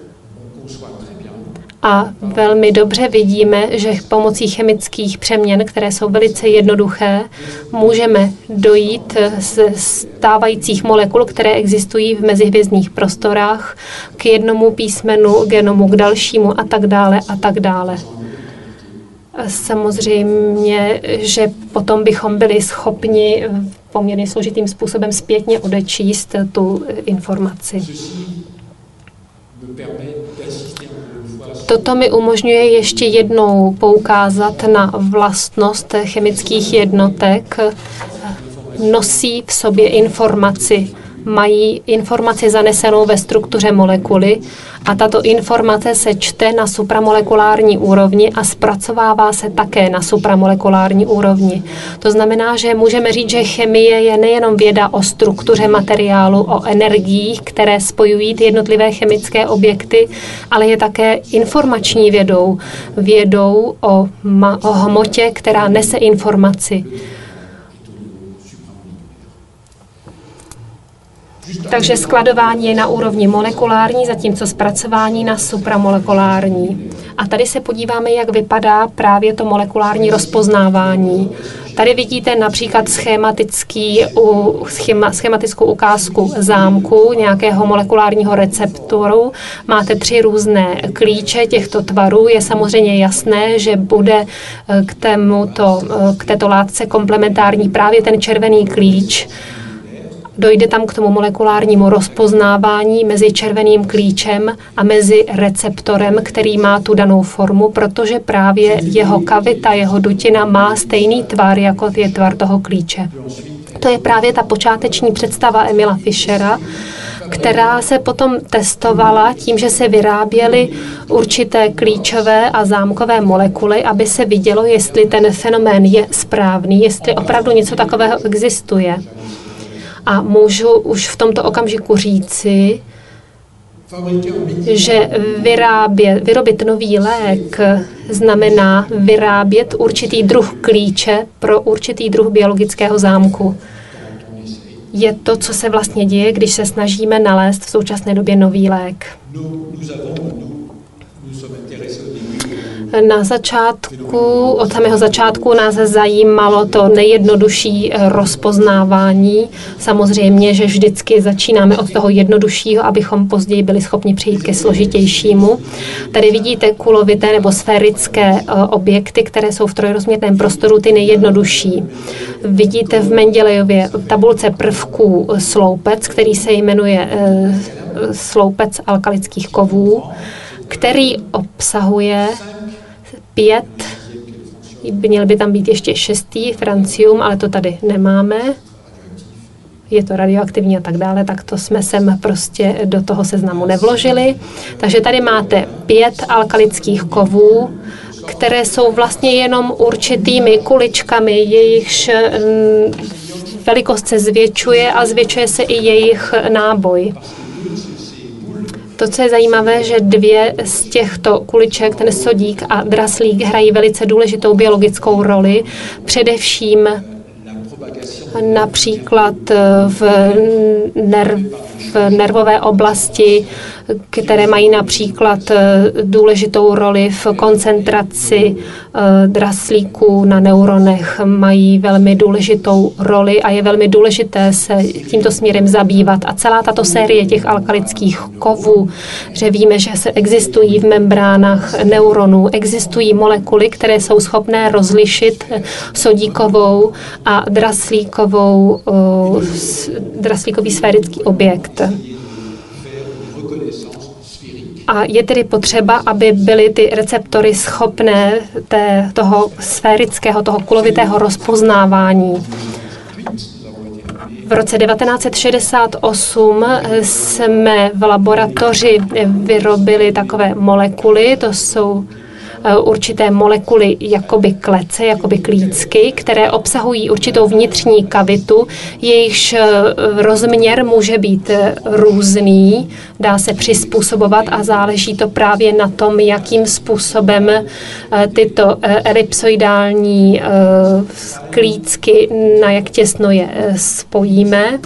A velmi dobře vidíme, že pomocí chemických přeměn, které jsou velice jednoduché, můžeme dojít z stávajících molekul, které existují v mezihvězdných prostorách, k jednomu písmenu, genomu, k dalšímu a tak dále a tak dále. Samozřejmě, že potom bychom byli schopni poměrně složitým způsobem zpětně odečíst tu informaci. Toto mi umožňuje ještě jednou poukázat na vlastnost chemických jednotek. Nosí v sobě informaci, mají informaci zanesenou ve struktuře molekuly a tato informace se čte na supramolekulární úrovni a zpracovává se také na supramolekulární úrovni. To znamená, že můžeme říct, že chemie je nejenom věda o struktuře materiálu, o energiích, které spojují ty jednotlivé chemické objekty, ale je také informační vědou, vědou o hmotě, která nese informaci. Takže skladování je na úrovni molekulární, zatímco zpracování na supramolekulární. A tady se podíváme, jak vypadá právě to molekulární rozpoznávání. Tady vidíte například schematickou ukázku zámku, nějakého molekulárního receptoru. Máte 3 různé klíče těchto tvarů. Je samozřejmě jasné, že bude k této látce komplementární právě ten červený klíč. dojde tam k tomu molekulárnímu rozpoznávání mezi červeným klíčem a mezi receptorem, který má tu danou formu, protože právě jeho kavita, jeho dutina má stejný tvar, jako je tvar toho klíče. To je právě ta počáteční představa Emila Fischera, která se potom testovala tím, že se vyráběly určité klíčové a zámkové molekuly, aby se vidělo, jestli ten fenomén je správný, jestli opravdu něco takového existuje. A můžu už v tomto okamžiku říci, že vyrobit nový lék znamená vyrábět určitý druh klíče pro určitý druh biologického zámku. Je to, co se vlastně děje, když se snažíme nalézt v současné době nový lék. Od samého začátku nás zajímalo to nejjednodušší rozpoznávání. Samozřejmě, že vždycky začínáme od toho jednoduššího, abychom později byli schopni přejít ke složitějšímu. Tady vidíte kulovité nebo sférické objekty, které jsou v trojrozměrném prostoru ty nejjednodušší. Vidíte v Mendelejevě tabulce prvků sloupec, který se jmenuje sloupec alkalických kovů, který obsahuje 5, měl by tam být ještě 6. francium, ale to tady nemáme. Je to radioaktivní a tak dále, tak to jsme sem prostě do toho seznamu nevložili. Takže tady máte 5 alkalických kovů, které jsou vlastně jenom určitými kuličkami, jejichž velikost se zvětšuje a zvětšuje se i jejich náboj. To, co je zajímavé, že 2 z těchto kuliček, ten sodík a draslík, hrají velice důležitou biologickou roli, především například v nervové oblasti, které mají například důležitou roli v koncentraci draslíků na neuronech, mají velmi důležitou roli a je velmi důležité se tímto směrem zabývat. A celá tato série těch alkalických kovů, že víme, že se existují v membránách neuronů, existují molekuly, které jsou schopné rozlišit sodíkovou a draslíkový sférický objekt. A je tedy potřeba, aby byly ty receptory schopné toho sférického, toho kulovitého rozpoznávání. V roce 1968 jsme v laboratoři vyrobili takové molekuly, to jsou určité molekuly jakoby klece, jakoby klícky, které obsahují určitou vnitřní kavitu, jejichž rozměr může být různý, dá se přizpůsobovat a záleží to právě na tom, jakým způsobem tyto elipsoidální klícky, na jak těsno je spojíme.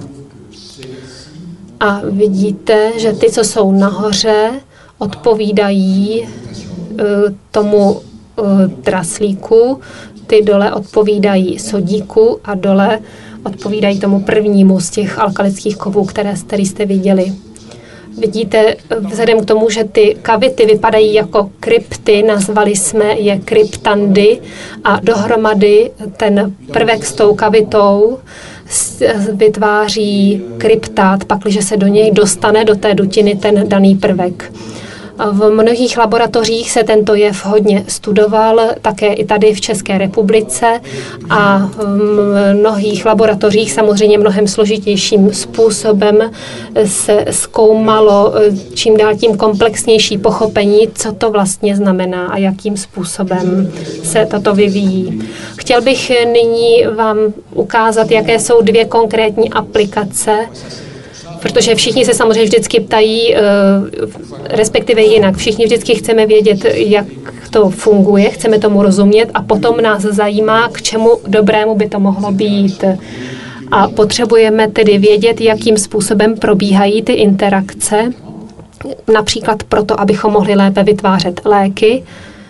A vidíte, že ty, co jsou nahoře, odpovídají tomu draslíku, ty dole odpovídají sodíku a dole odpovídají tomu prvnímu z těch alkalických kovů, který jste viděli. Vidíte, vzhledem k tomu, že ty kavity vypadají jako krypty, nazvali jsme je kryptandy a dohromady ten prvek s tou kavitou vytváří kryptát, pakliže se do něj dostane, do té dutiny, ten daný prvek. V mnohých laboratořích se tento jev hodně studoval, také i tady v České republice a v mnohých laboratořích samozřejmě mnohem složitějším způsobem se zkoumalo čím dál tím komplexnější pochopení, co to vlastně znamená a jakým způsobem se toto vyvíjí. Chtěl bych nyní vám ukázat, jaké jsou 2 konkrétní aplikace, protože všichni se samozřejmě vždycky ptají, respektive jinak. Všichni vždycky chceme vědět, jak to funguje, chceme tomu rozumět a potom nás zajímá, k čemu dobrému by to mohlo být. A potřebujeme tedy vědět, jakým způsobem probíhají ty interakce, například proto, abychom mohli lépe vytvářet léky.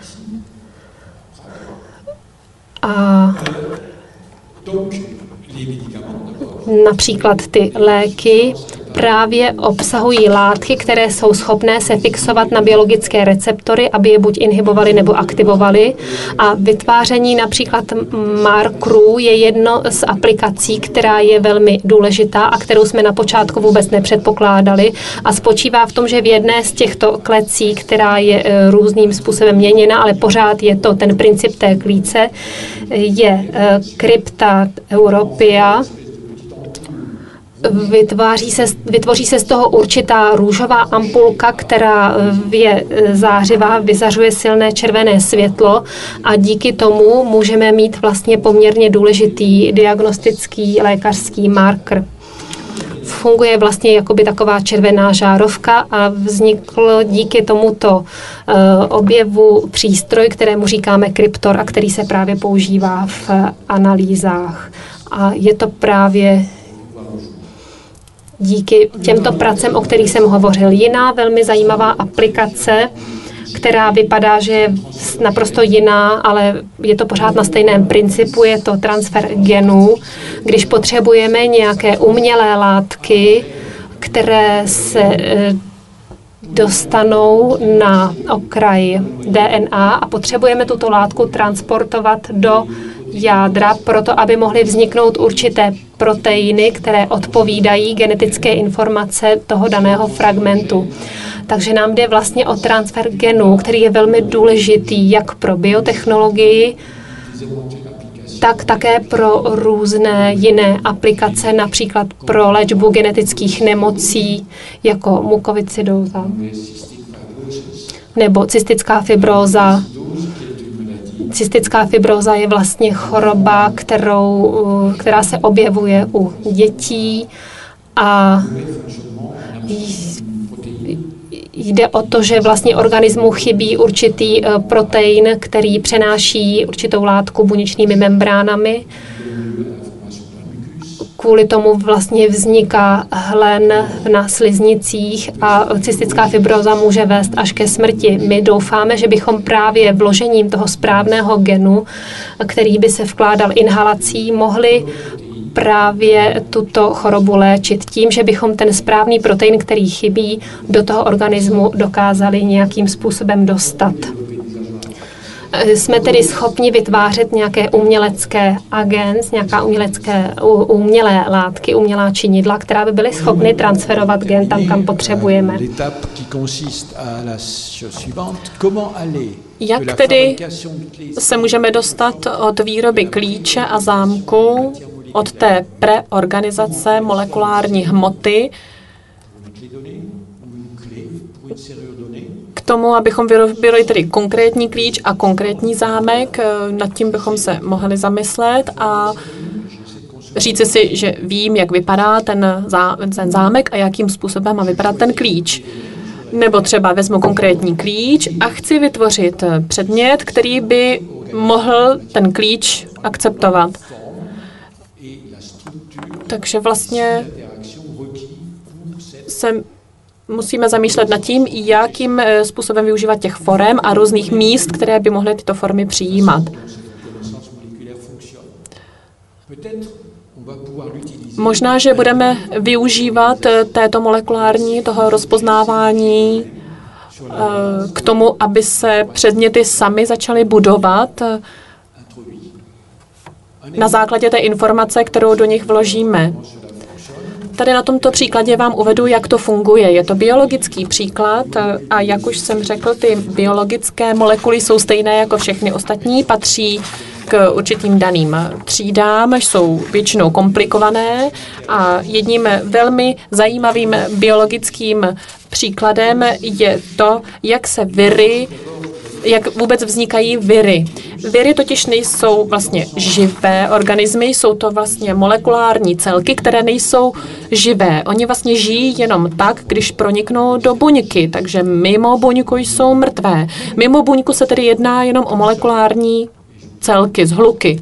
A například ty léky právě obsahují látky, které jsou schopné se fixovat na biologické receptory, aby je buď inhibovaly nebo aktivovaly. A vytváření například markerů je jedno z aplikací, která je velmi důležitá a kterou jsme na počátku vůbec nepředpokládali. A spočívá v tom, že v jedné z těchto klecí, která je různým způsobem měněna, ale pořád je to ten princip té klíce, je krypta europea. Vytvoří se z toho určitá růžová ampulka, která je zářivá, vyzařuje silné červené světlo a díky tomu můžeme mít vlastně poměrně důležitý diagnostický lékařský marker. Funguje vlastně jakoby taková červená žárovka a vznikl díky tomuto objevu přístroj, kterému říkáme kryptor a který se právě používá v analýzách. A je to právě díky těmto pracem, o kterých jsem hovořil. Jiná velmi zajímavá aplikace, která vypadá, že je naprosto jiná, ale je to pořád na stejném principu, je to transfer genů, když potřebujeme nějaké umělé látky, které se dostanou na okraj DNA a potřebujeme tuto látku transportovat do jádra, proto aby mohly vzniknout určité proteiny, které odpovídají genetické informace toho daného fragmentu. Takže nám jde vlastně o transfer genů, který je velmi důležitý jak pro biotechnologii, tak také pro různé jiné aplikace, například pro léčbu genetických nemocí, jako mukoviscidóza nebo cystická fibróza. Cystická fibróza je vlastně choroba, která se objevuje u dětí a jde o to, že vlastně organismu chybí určitý protein, který přenáší určitou látku buněčnými membránami. Kvůli tomu vlastně vzniká hlen na sliznicích a cystická fibróza může vést až ke smrti. My doufáme, že bychom právě vložením toho správného genu, který by se vkládal inhalací, mohli právě tuto chorobu léčit tím, že bychom ten správný protein, který chybí, do toho organismu dokázali nějakým způsobem dostat. Jsme tedy schopni vytvářet nějaké umělecké agens, nějaká umělé látky, umělá činidla, která by byly schopny transferovat gen tam, kam potřebujeme.
Jak tedy se můžeme dostat od výroby klíče a zámku, od té preorganizace molekulární hmoty k tomu, abychom vyrobili tedy konkrétní klíč a konkrétní zámek, nad tím bychom se mohli zamyslet a říci si, že vím, jak vypadá ten zámek a jakým způsobem má vypadat ten klíč. Nebo třeba vezmu konkrétní klíč a chci vytvořit předmět, který by mohl ten klíč akceptovat. Takže vlastně se musíme zamýšlet nad tím, jakým způsobem využívat těch forem a různých míst, které by mohly tyto formy přijímat. Možná, že budeme využívat toho rozpoznávání k tomu, aby se předměty samy začaly budovat na základě té informace, kterou do nich vložíme. Tady na tomto příkladě vám uvedu, jak to funguje. Je to biologický příklad a jak už jsem řekl, ty biologické molekuly jsou stejné jako všechny ostatní, patří k určitým daným třídám, jsou většinou komplikované a jedním velmi zajímavým biologickým příkladem je to, jak vůbec vznikají viry. Viry totiž nejsou vlastně živé organismy, jsou to vlastně molekulární celky, které nejsou živé. Oni vlastně žijí jenom tak, když proniknou do buňky, takže mimo buňku jsou mrtvé. Mimo buňku se tedy jedná jenom o molekulární celky, zhluky.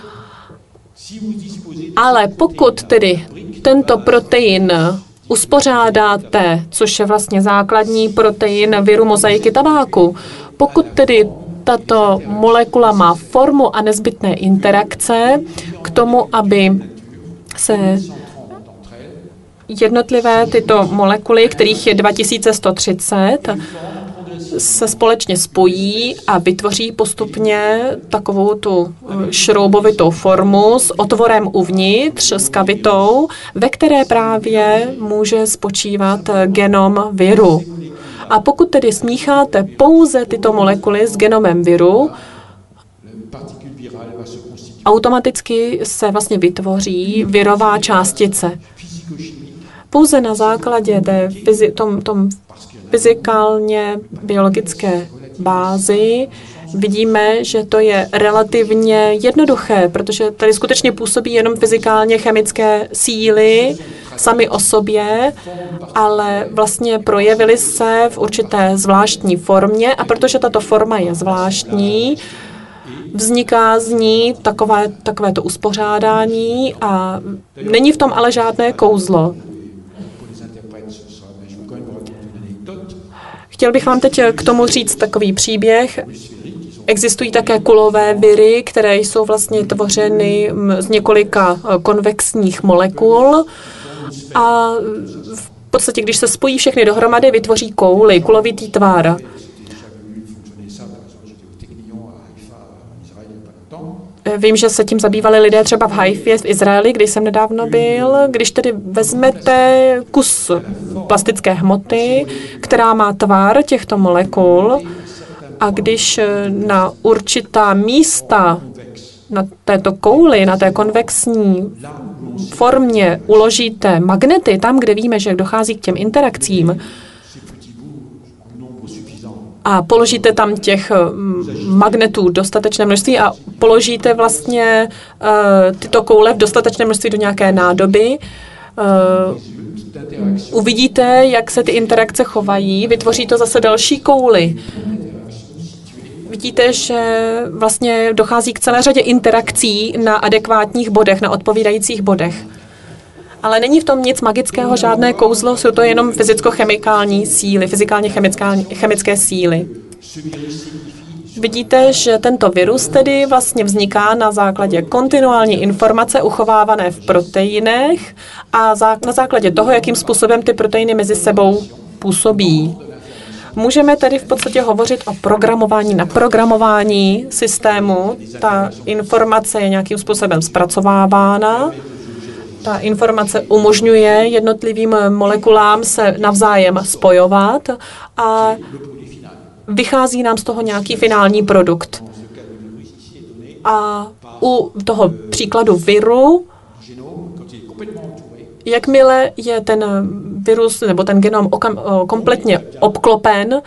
Ale pokud tedy tento protein uspořádáte, což je vlastně základní protein viru mozaiky tabáku, pokud tedy tato molekula má formu a nezbytné interakce k tomu, aby se jednotlivé tyto molekuly, kterých je 2130, se společně spojí a vytvoří postupně takovou tu šroubovitou formu s otvorem uvnitř, s kavitou, ve které právě může spočívat genom viru. A pokud tedy smícháte pouze tyto molekuly s genomem viru, automaticky se vlastně vytvoří virová částice. Pouze na základě té fyzikálně biologické bázi vidíme, že to je relativně jednoduché, protože tady skutečně působí jenom fyzikálně chemické síly sami o sobě, ale vlastně projevily se v určité zvláštní formě a protože tato forma je zvláštní, vzniká z ní takovéto uspořádání a není v tom ale žádné kouzlo. Chtěl bych vám teď k tomu říct takový příběh. Existují také kulové viry, které jsou vlastně tvořeny z několika konvexních molekul a v podstatě, když se spojí všechny dohromady, vytvoří kouli, kulovitý tvar. Vím, že se tím zabývali lidé třeba v Haifě, v Izraeli, kde jsem nedávno byl. Když tedy vezmete kus plastické hmoty, která má tvar těchto molekul, a když na určitá místa na této kouli, na té konvexní formě uložíte magnety, tam, kde víme, že dochází k těm interakcím, a položíte tam těch magnetů dostatečné množství a položíte vlastně tyto koule v dostatečné množství do nějaké nádoby, uvidíte, jak se ty interakce chovají, vytvoří to zase další kouly. Vidíte, že vlastně dochází k celé řadě interakcí na adekvátních bodech, na odpovídajících bodech. Ale není v tom nic magického, žádné kouzlo, jsou to jenom fyzicko-chemikální síly, fyzikálně-chemické síly. Vidíte, že tento virus tedy vlastně vzniká na základě kontinuální informace uchovávané v proteinech a na základě toho, jakým způsobem ty proteiny mezi sebou působí. Můžeme tedy v podstatě hovořit o programování, naprogramování systému. Ta informace je nějakým způsobem zpracovávána. Ta informace umožňuje jednotlivým molekulám se navzájem spojovat a vychází nám z toho nějaký finální produkt. A u toho příkladu viru, jakmile je ten virus nebo ten genom kompletně obklopen,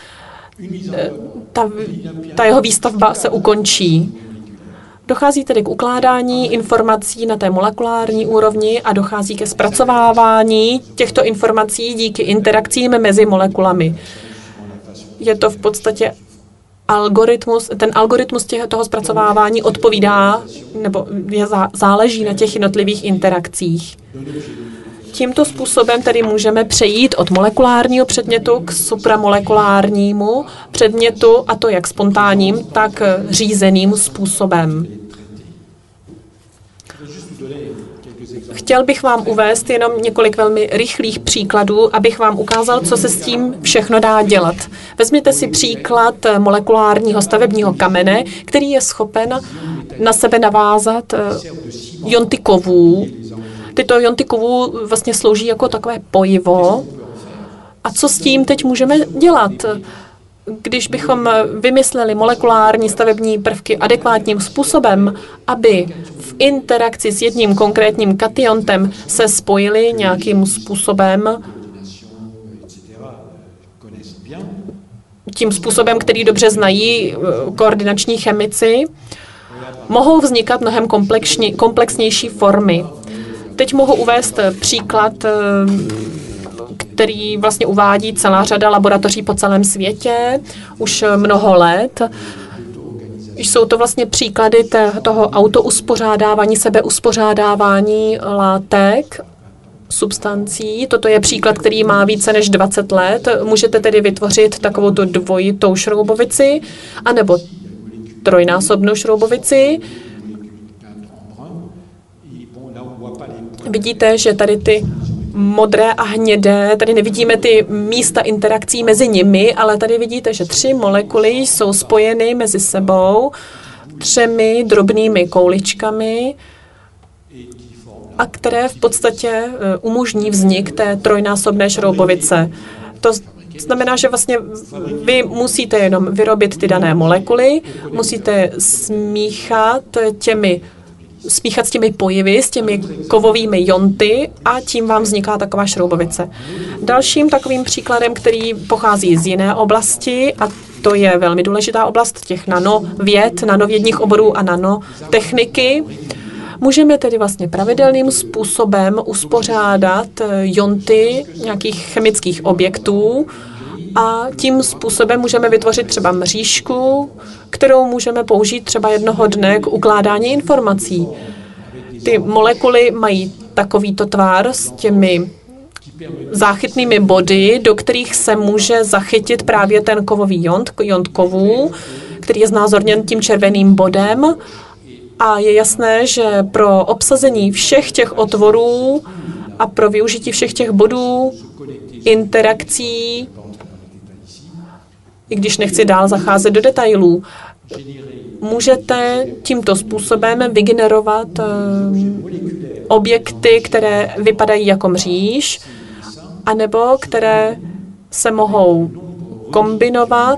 ta jeho výstavba se ukončí. Dochází tedy k ukládání informací na té molekulární úrovni a dochází ke zpracovávání těchto informací díky interakcím mezi molekulami. Je to v podstatě algoritmus, ten algoritmus toho zpracovávání odpovídá nebo záleží na těch jednotlivých interakcích. Tímto způsobem tedy můžeme přejít od molekulárního předmětu k supramolekulárnímu předmětu, a to jak spontánním, tak řízeným způsobem. Chtěl bych vám uvést jenom několik velmi rychlých příkladů, abych vám ukázal, co se s tím všechno dá dělat. Vezměte si příklad molekulárního stavebního kamene, který je schopen na sebe navázat ionty kovů. Tyto ionty kovů vlastně slouží jako takové pojivo. A co s tím teď můžeme dělat? Když bychom vymysleli molekulární stavební prvky adekvátním způsobem, aby v interakci s jedním konkrétním kationtem se spojili nějakým způsobem, tím způsobem, který dobře znají koordinační chemici, mohou vznikat mnohem komplexnější formy. Teď mohu uvést příklad, který vlastně uvádí celá řada laboratoří po celém světě už mnoho let. Jsou to vlastně příklady toho autouspořádávání, sebeuspořádávání látek, substancí. Toto je příklad, který má více než 20 let. Můžete tedy vytvořit takovou tu dvojitou šroubovici anebo trojnásobnou šroubovici. Vidíte, že tady ty modré a hnědé, tady nevidíme ty místa interakcí mezi nimi, ale tady vidíte, že 3 molekuly jsou spojeny mezi sebou 3 drobnými kouličkami, a které v podstatě umožní vznik té trojnásobné šroubovice. To znamená, že vlastně vy musíte jenom vyrobit ty dané molekuly, musíte smíchat s těmi pojivy, s těmi kovovými jonty a tím vám vzniká taková šroubovice. Dalším takovým příkladem, který pochází z jiné oblasti, a to je velmi důležitá oblast těch nanověd, nanovědních oborů a nanotechniky, můžeme tedy vlastně pravidelným způsobem uspořádat jonty nějakých chemických objektů a tím způsobem můžeme vytvořit třeba mřížku, kterou můžeme použít třeba jednoho dne k ukládání informací. Ty molekuly mají takovýto tvar s těmi záchytnými body, do kterých se může zachytit právě ten kovový jont kovů, který je znázorněn tím červeným bodem. A je jasné, že pro obsazení všech těch otvorů a pro využití všech těch bodů, interakcí, i když nechci dál zacházet do detailů, můžete tímto způsobem vygenerovat objekty, které vypadají jako mříž, anebo které se mohou kombinovat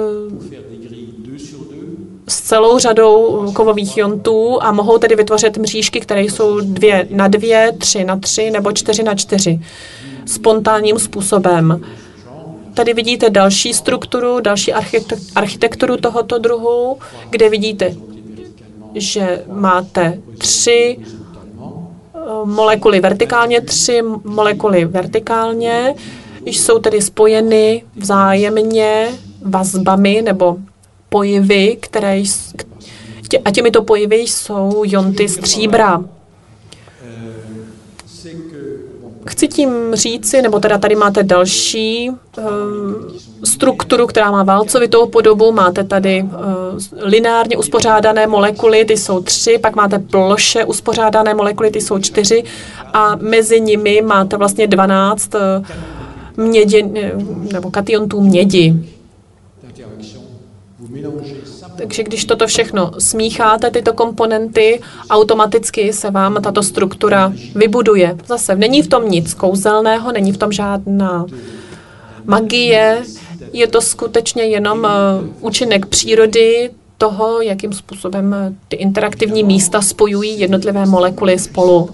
s celou řadou kovových jontů a mohou tedy vytvořit mřížky, které jsou 2x2, 3x3 nebo 4x4 spontánním způsobem. Tady vidíte další strukturu, další architekturu tohoto druhu, kde vidíte, že máte 3 molekuly vertikálně, 3 molekuly vertikálně, jsou tedy spojeny vzájemně vazbami nebo pojivy, a těmito pojivy jsou jonty stříbra. Chci tím říci, nebo teda tady máte další strukturu, která má válcovitou podobu, máte tady lineárně uspořádané molekuly, ty jsou 3, pak máte ploše uspořádané molekuly, ty jsou 4 a mezi nimi máte vlastně 12 mědi, nebo kationtů mědi. Takže když toto všechno smícháte, tyto komponenty, automaticky se vám tato struktura vybuduje. Zase není v tom nic kouzelného, není v tom žádná magie, je to skutečně jenom účinek přírody toho, jakým způsobem ty interaktivní místa spojují jednotlivé molekuly spolu.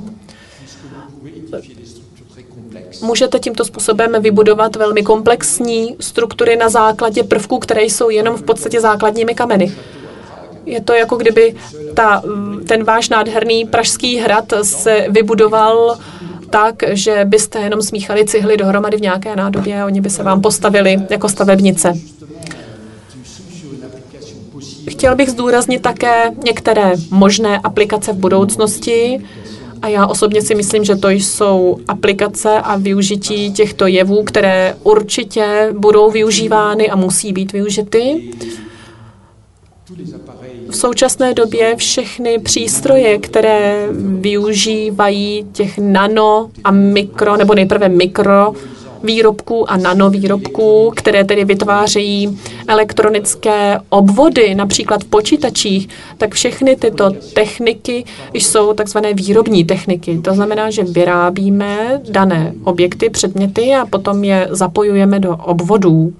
Můžete tímto způsobem vybudovat velmi komplexní struktury na základě prvků, které jsou jenom v podstatě základními kameny. Je to jako kdyby ten váš nádherný Pražský hrad se vybudoval tak, že byste jenom smíchali cihly dohromady v nějaké nádobě a oni by se vám postavili jako stavebnice. Chtěl bych zdůraznit také některé možné aplikace v budoucnosti. A já osobně si myslím, že to jsou aplikace a využití těchto jevů, které určitě budou využívány a musí být využity. V současné době všechny přístroje, které využívají těch nano a mikro, nebo nejprve mikro výrobků a nanovýrobků, které tedy vytvářejí elektronické obvody, například v počítačích, tak všechny tyto techniky jsou takzvané výrobní techniky. To znamená, že vyrábíme dané objekty, předměty a potom je zapojujeme do obvodů.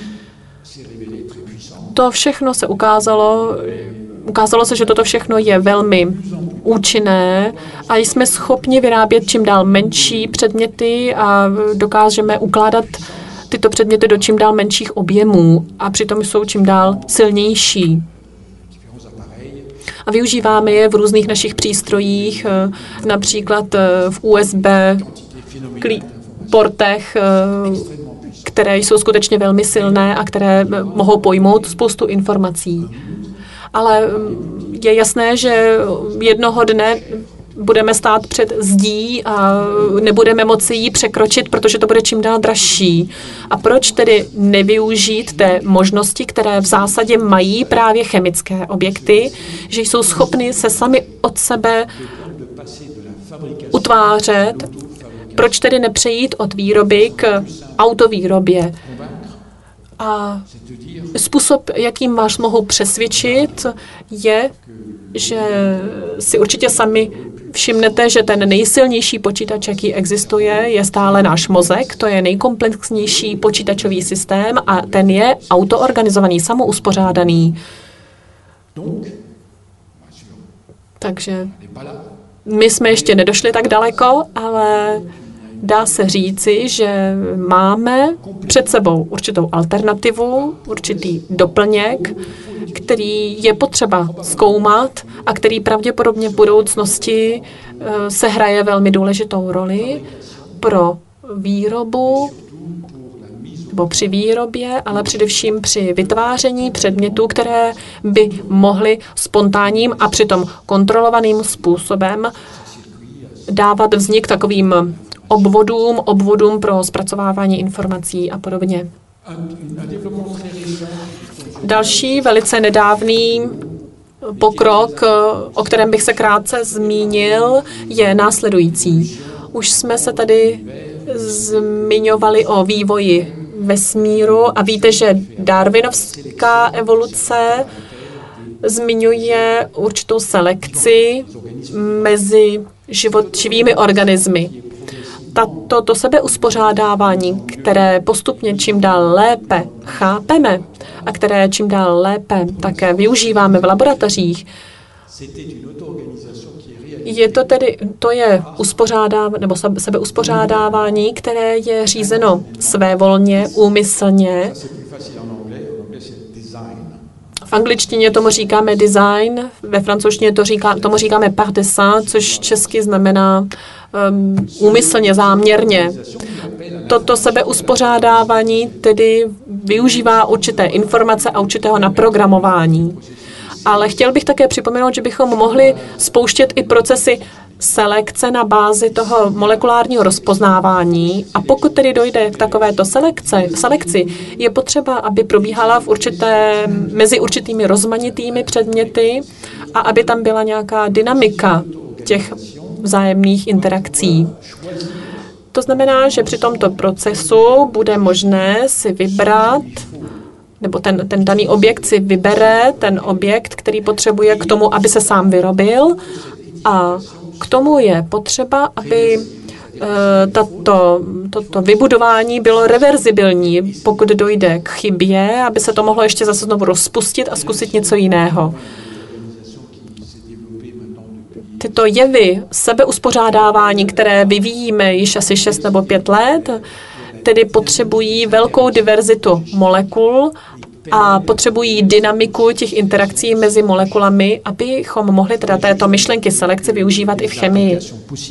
To všechno se ukázalo se, že toto všechno je velmi účinné a jsme schopni vyrábět čím dál menší předměty a dokážeme ukládat tyto předměty do čím dál menších objemů a přitom jsou čím dál silnější. A využíváme je v různých našich přístrojích, například v USB portech, které jsou skutečně velmi silné a které mohou pojmout spoustu informací. Ale je jasné, že jednoho dne budeme stát před zdí a nebudeme moci ji překročit, protože to bude čím dál dražší. A proč tedy nevyužít té možnosti, které v zásadě mají právě chemické objekty, že jsou schopny se sami od sebe utvářet Proč tedy nepřejít od výroby k autovýrobě? A způsob, jakým vás mohu přesvědčit, je, že si určitě sami všimnete, že ten nejsilnější počítač, jaký existuje, je stále náš mozek. To je nejkomplexnější počítačový systém a ten je autoorganizovaný, samouspořádaný. Takže my jsme ještě nedošli tak daleko, ale dá se říci, že máme před sebou určitou alternativu, určitý doplněk, který je potřeba zkoumat a který pravděpodobně v budoucnosti sehraje velmi důležitou roli pro výrobu nebo při výrobě, ale především při vytváření předmětů, které by mohly spontánním a přitom kontrolovaným způsobem dávat vznik takovým obvodům pro zpracovávání informací a podobně. Další velice nedávný pokrok, o kterém bych se krátce zmínil, je následující. Už jsme se tady zmiňovali o vývoji vesmíru a víte, že darwinovská evoluce zmiňuje určitou selekci mezi živými organismy. To sebeuspořádávání, které postupně čím dál lépe chápeme a které čím dál lépe také využíváme v laboratořích, to je sebeuspořádávání, které je řízeno svévolně, úmyslně. V angličtině tomu říkáme design, ve francouzštině tomu říkáme par dessein, což česky znamená úmyslně, záměrně. Toto sebeuspořádávání tedy využívá určité informace a určitého naprogramování. Ale chtěl bych také připomenout, že bychom mohli spouštět i procesy selekce na bázi toho molekulárního rozpoznávání a pokud tedy dojde k takovéto selekci, je potřeba, aby probíhala mezi určitými rozmanitými předměty a aby tam byla nějaká dynamika těch vzájemných interakcí. To znamená, že při tomto procesu bude možné si vybrat, nebo ten daný objekt si vybere ten objekt, který potřebuje k tomu, aby se sám vyrobil a k tomu je potřeba, aby toto vybudování bylo reverzibilní, pokud dojde k chybě, aby se to mohlo ještě zase znovu rozpustit a zkusit něco jiného. Tyto jevy sebeuspořádávání, které vyvíjíme již asi 6 nebo 5 let, tedy potřebují velkou diverzitu molekul a potřebují dynamiku těch interakcí mezi molekulami, abychom mohli teda této myšlenky selekce využívat i v chemii.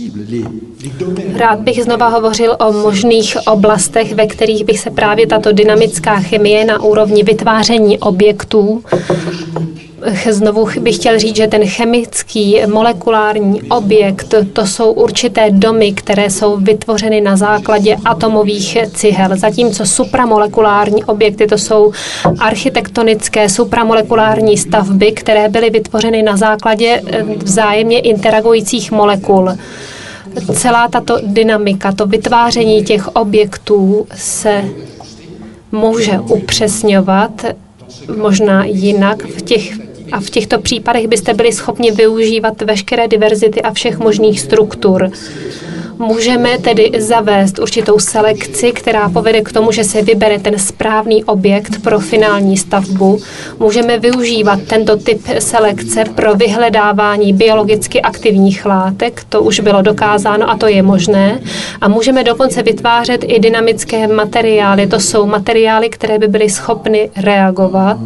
Rád bych znova hovořil o možných oblastech, ve kterých by se právě tato dynamická chemie na úrovni vytváření objektů. Znovu bych chtěl říct, že ten chemický molekulární objekt, to jsou určité domy, které jsou vytvořeny na základě atomových cihel, zatímco supramolekulární objekty, to jsou architektonické supramolekulární stavby, které byly vytvořeny na základě vzájemně interagujících molekul. Celá tato dynamika, to vytváření těch objektů se může upřesňovat možná jinak v těchto případech byste byli schopni využívat veškeré diverzity a všech možných struktur. Můžeme tedy zavést určitou selekci, která povede k tomu, že se vybere ten správný objekt pro finální stavbu. Můžeme využívat tento typ selekce pro vyhledávání biologicky aktivních látek, to už bylo dokázáno a to je možné. A můžeme dokonce vytvářet i dynamické materiály. To jsou materiály, které by byly schopny reagovat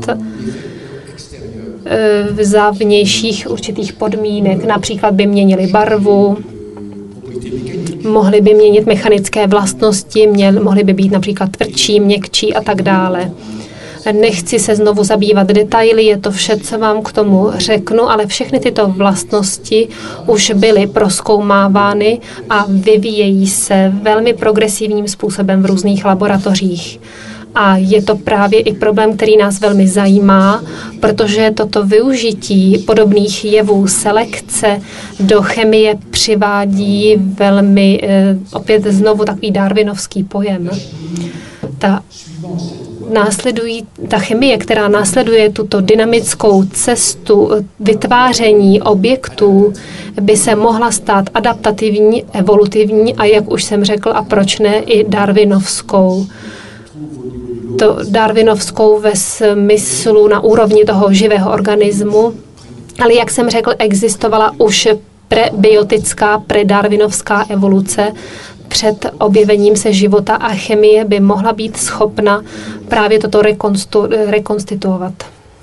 za vnějších určitých podmínek. Například by měnily barvu, mohly by měnit mechanické vlastnosti, mohly by být například tvrdší, měkčí a tak dále. Nechci se znovu zabývat detaily, je to vše, co vám k tomu řeknu, ale všechny tyto vlastnosti už byly prozkoumávány a vyvíjejí se velmi progresivním způsobem v různých laboratořích. A je to právě i problém, který nás velmi zajímá, protože toto využití podobných jevů selekce do chemie přivádí velmi, opět znovu takový darwinovský pojem. Ta chemie, která následuje tuto dynamickou cestu vytváření objektů, by se mohla stát adaptativní, evolutivní a jak už jsem řekl, a proč ne, i darwinovskou. To darwinovskou ve smyslu na úrovni toho živého organismu, ale jak jsem řekl, existovala už prebiotická, predarwinovská evoluce před objevením se života a chemie by mohla být schopna právě toto rekonstituovat.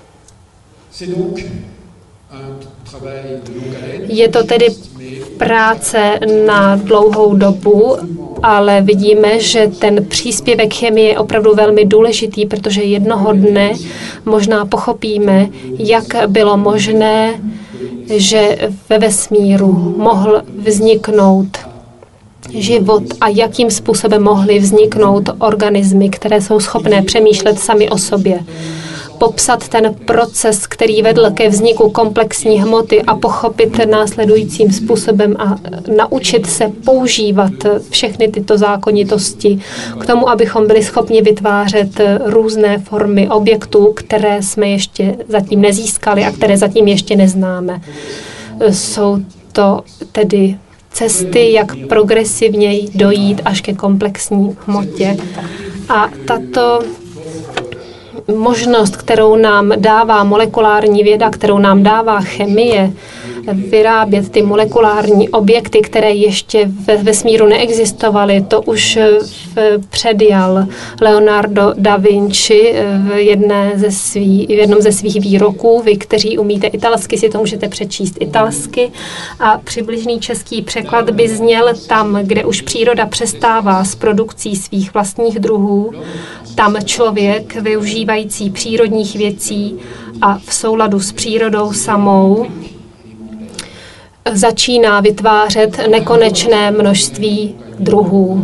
Je to tedy práce na dlouhou dobu, ale vidíme, že ten příspěvek chemie je opravdu velmi důležitý, protože jednoho dne možná pochopíme, jak bylo možné, že ve vesmíru mohl vzniknout život a jakým způsobem mohly vzniknout organismy, které jsou schopné přemýšlet sami o sobě. Popsat ten proces, který vedl ke vzniku komplexní hmoty a pochopit následujícím způsobem a naučit se používat všechny tyto zákonitosti k tomu, abychom byli schopni vytvářet různé formy objektů, které jsme ještě zatím nezískali a které zatím ještě neznáme. Jsou to tedy cesty, jak progresivněji dojít až ke komplexní hmotě. A tato možnost, kterou nám dává molekulární věda, kterou nám dává chemie, vyrábět ty molekulární objekty, které ještě ve vesmíru neexistovaly, to už předjal Leonardo da Vinci v jednom ze svých výroků. Vy, kteří umíte italsky, si to můžete přečíst italsky a přibližný český překlad by zněl: tam, kde už příroda přestává s produkcí svých vlastních druhů, tam člověk, využívající přírodních věcí a v souladu s přírodou samou, začíná vytvářet nekonečné množství druhů.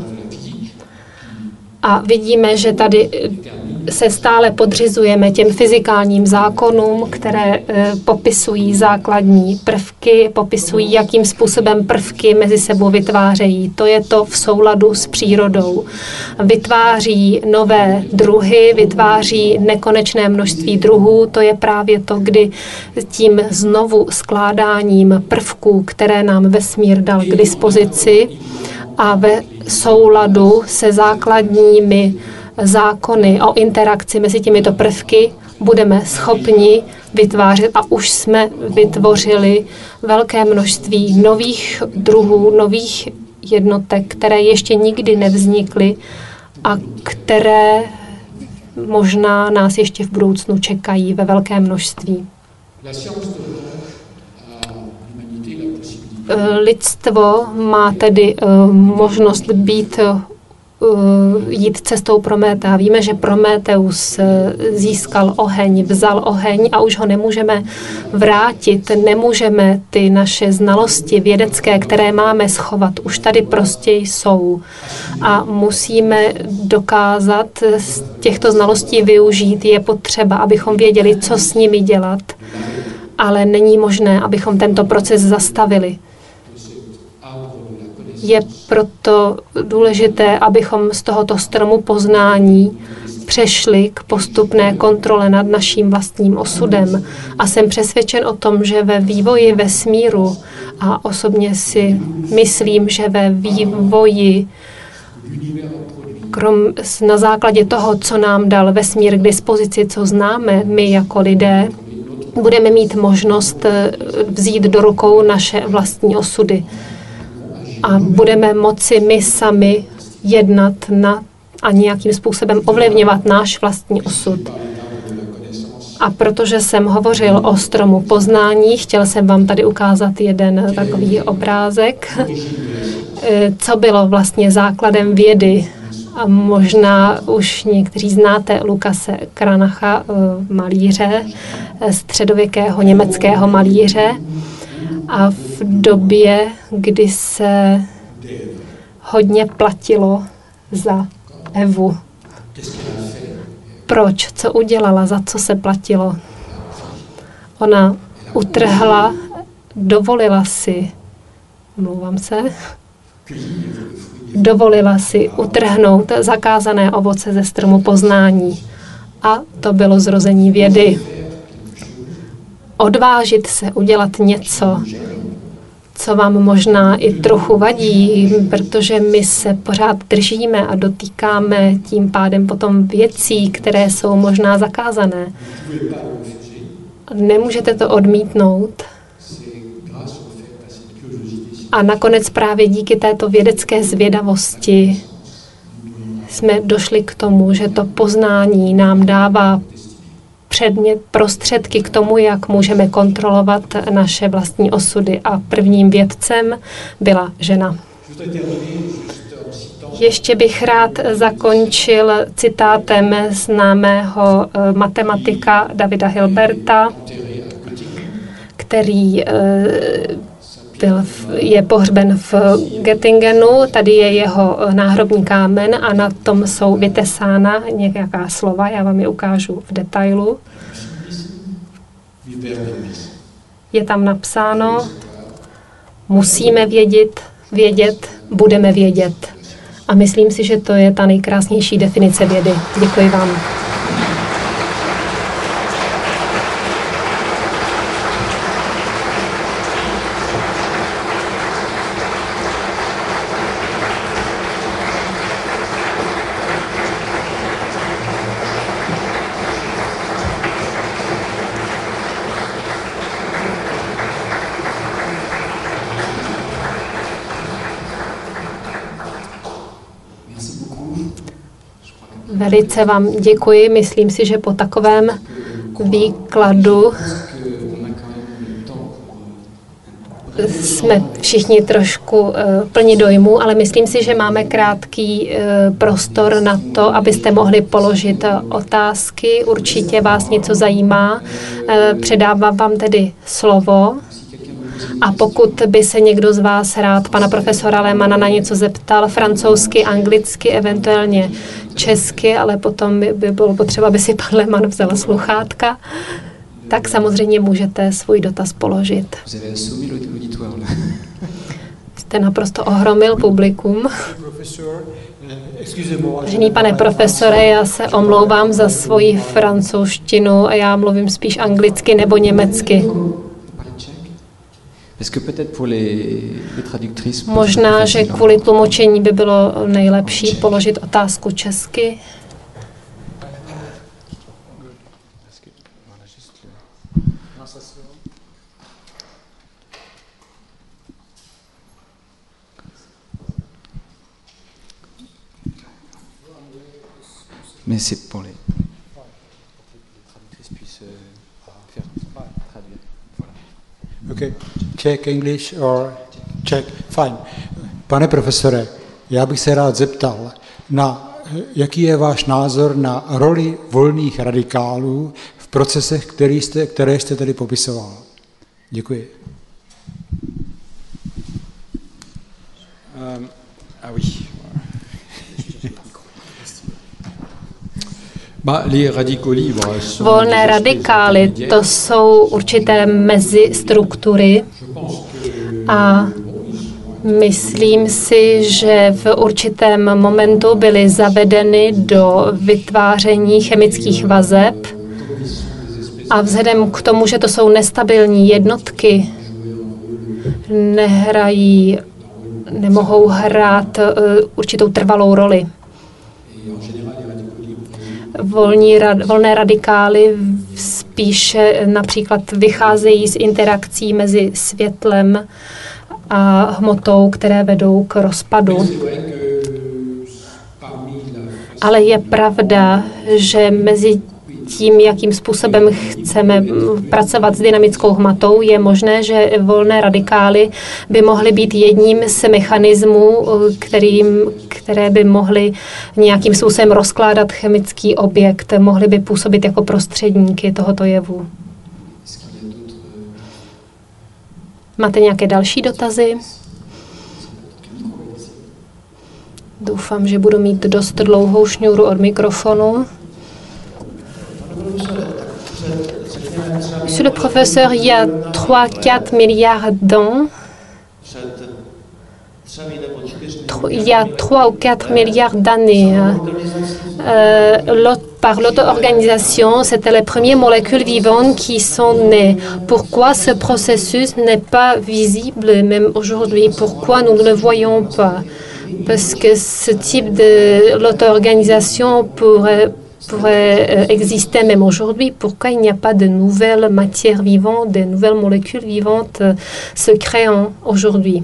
A vidíme, že tady se stále podřizujeme těm fyzikálním zákonům, které popisují základní prvky, popisují, jakým způsobem prvky mezi sebou vytvářejí. To je to v souladu s přírodou. Vytváří nové druhy, vytváří nekonečné množství druhů. To je právě to, kdy tím znovu skládáním prvků, které nám vesmír dal k dispozici, a ve souladu se základními zákony o interakci mezi těmito prvky budeme schopni vytvářet a už jsme vytvořili velké množství nových druhů, nových jednotek, které ještě nikdy nevznikly a které možná nás ještě v budoucnu čekají ve velkém množství. Lidstvo má tedy možnost jít cestou Prométea. Víme, že Prométeus získal oheň, vzal oheň a už ho nemůžeme vrátit. Nemůžeme ty naše znalosti vědecké, které máme, schovat. Už tady prostě jsou. A musíme dokázat z těchto znalostí využít. Je potřeba, abychom věděli, co s nimi dělat. Ale není možné, abychom tento proces zastavili. Je proto důležité, abychom z tohoto stromu poznání přešli k postupné kontrole nad naším vlastním osudem. A jsem přesvědčen o tom, že ve vývoji vesmíru, a osobně si myslím, že ve vývoji na základě toho, co nám dal vesmír k dispozici, co známe my jako lidé, budeme mít možnost vzít do rukou naše vlastní osudy. A budeme moci my sami jednat a nějakým způsobem ovlivňovat náš vlastní osud. A protože jsem hovořil o stromu poznání, chtěl jsem vám tady ukázat jeden takový obrázek, co bylo vlastně základem vědy. A možná už někteří znáte Lukase Kranacha, malíře, středověkého německého malíře. A v době, kdy se hodně platilo za Evu. Proč? Co udělala? Za co se platilo? Ona utrhla, dovolila si utrhnout zakázané ovoce ze stromu poznání. A to bylo zrození vědy. Odvážit se udělat něco, co vám možná i trochu vadí, protože my se pořád držíme a dotýkáme tím pádem potom věcí, které jsou možná zakázané. Nemůžete to odmítnout. A nakonec právě díky této vědecké zvědavosti jsme došli k tomu, že to poznání nám dává prostředky k tomu, jak můžeme kontrolovat naše vlastní osudy. A prvním vědcem byla žena. Ještě bych rád zakončil citátem známého matematika Davida Hilberta, který je pohřben v Göttingenu. Tady je jeho náhrobní kámen a na tom jsou vytesána nějaká slova. Já vám je ukážu v detailu. Je tam napsáno: musíme vědět, budeme vědět. A myslím si, že to je ta nejkrásnější definice vědy. Děkuji vám. Velice vám děkuji. Myslím si, že po takovém výkladu jsme všichni trošku plni dojmu, ale myslím si, že máme krátký prostor na to, abyste mohli položit otázky. Určitě vás něco zajímá. Předávám vám tedy slovo. A pokud by se někdo z vás rád pana profesora Lehmanna na něco zeptal, francouzsky, anglicky, eventuálně česky, ale potom by bylo potřeba, aby si pan Lehmann vzal sluchátka, tak samozřejmě můžete svůj dotaz položit. Jste naprosto ohromil publikum. Vážený pane profesore, já se omlouvám za svoji francouzštinu a já mluvím spíš anglicky nebo německy. Možná, že kvůli tlumočení by bylo nejlepší položit otázku česky.
Mais c'est pour les...
Okay. Czech, English or Czech? Fine. Pane profesore, já bych se rád zeptal, jaký je váš názor na roli volných radikálů v procesech, které jste tady popisoval. Děkuji.
Oui.
Volné radikály, to jsou určité mezistruktury a myslím si, že v určitém momentu byly zavedeny do vytváření chemických vazeb a vzhledem k tomu, že to jsou nestabilní jednotky, nemohou hrát určitou trvalou roli. Volné radikály spíše například vycházejí z interakcí mezi světlem a hmotou, které vedou k rozpadu. Ale je pravda, že mezi tím, jakým způsobem chceme pracovat s dynamickou hmotou, je možné, že volné radikály by mohly být jedním z mechanismů, které by mohly nějakým způsobem rozkládat chemický objekt, mohly by působit jako prostředníky tohoto jevu. Máte nějaké další dotazy? Doufám, že budu mít dost dlouhou šňůru od mikrofonu. Monsieur le professeur, il y a 3-4 milliards d'ans, il y a 3 ou 4 milliards d'années, par l'auto-organisation, c'était les premières molécules vivantes qui sont nées. Pourquoi ce processus n'est pas visible même aujourd'hui? Pourquoi nous ne le voyons pas? Parce que ce type de l'auto-organisation pourrait exister même aujourd'hui. Pourquoi il n'y a pas de nouvelles matières vivantes, de nouvelles molécules vivantes se créant aujourd'hui?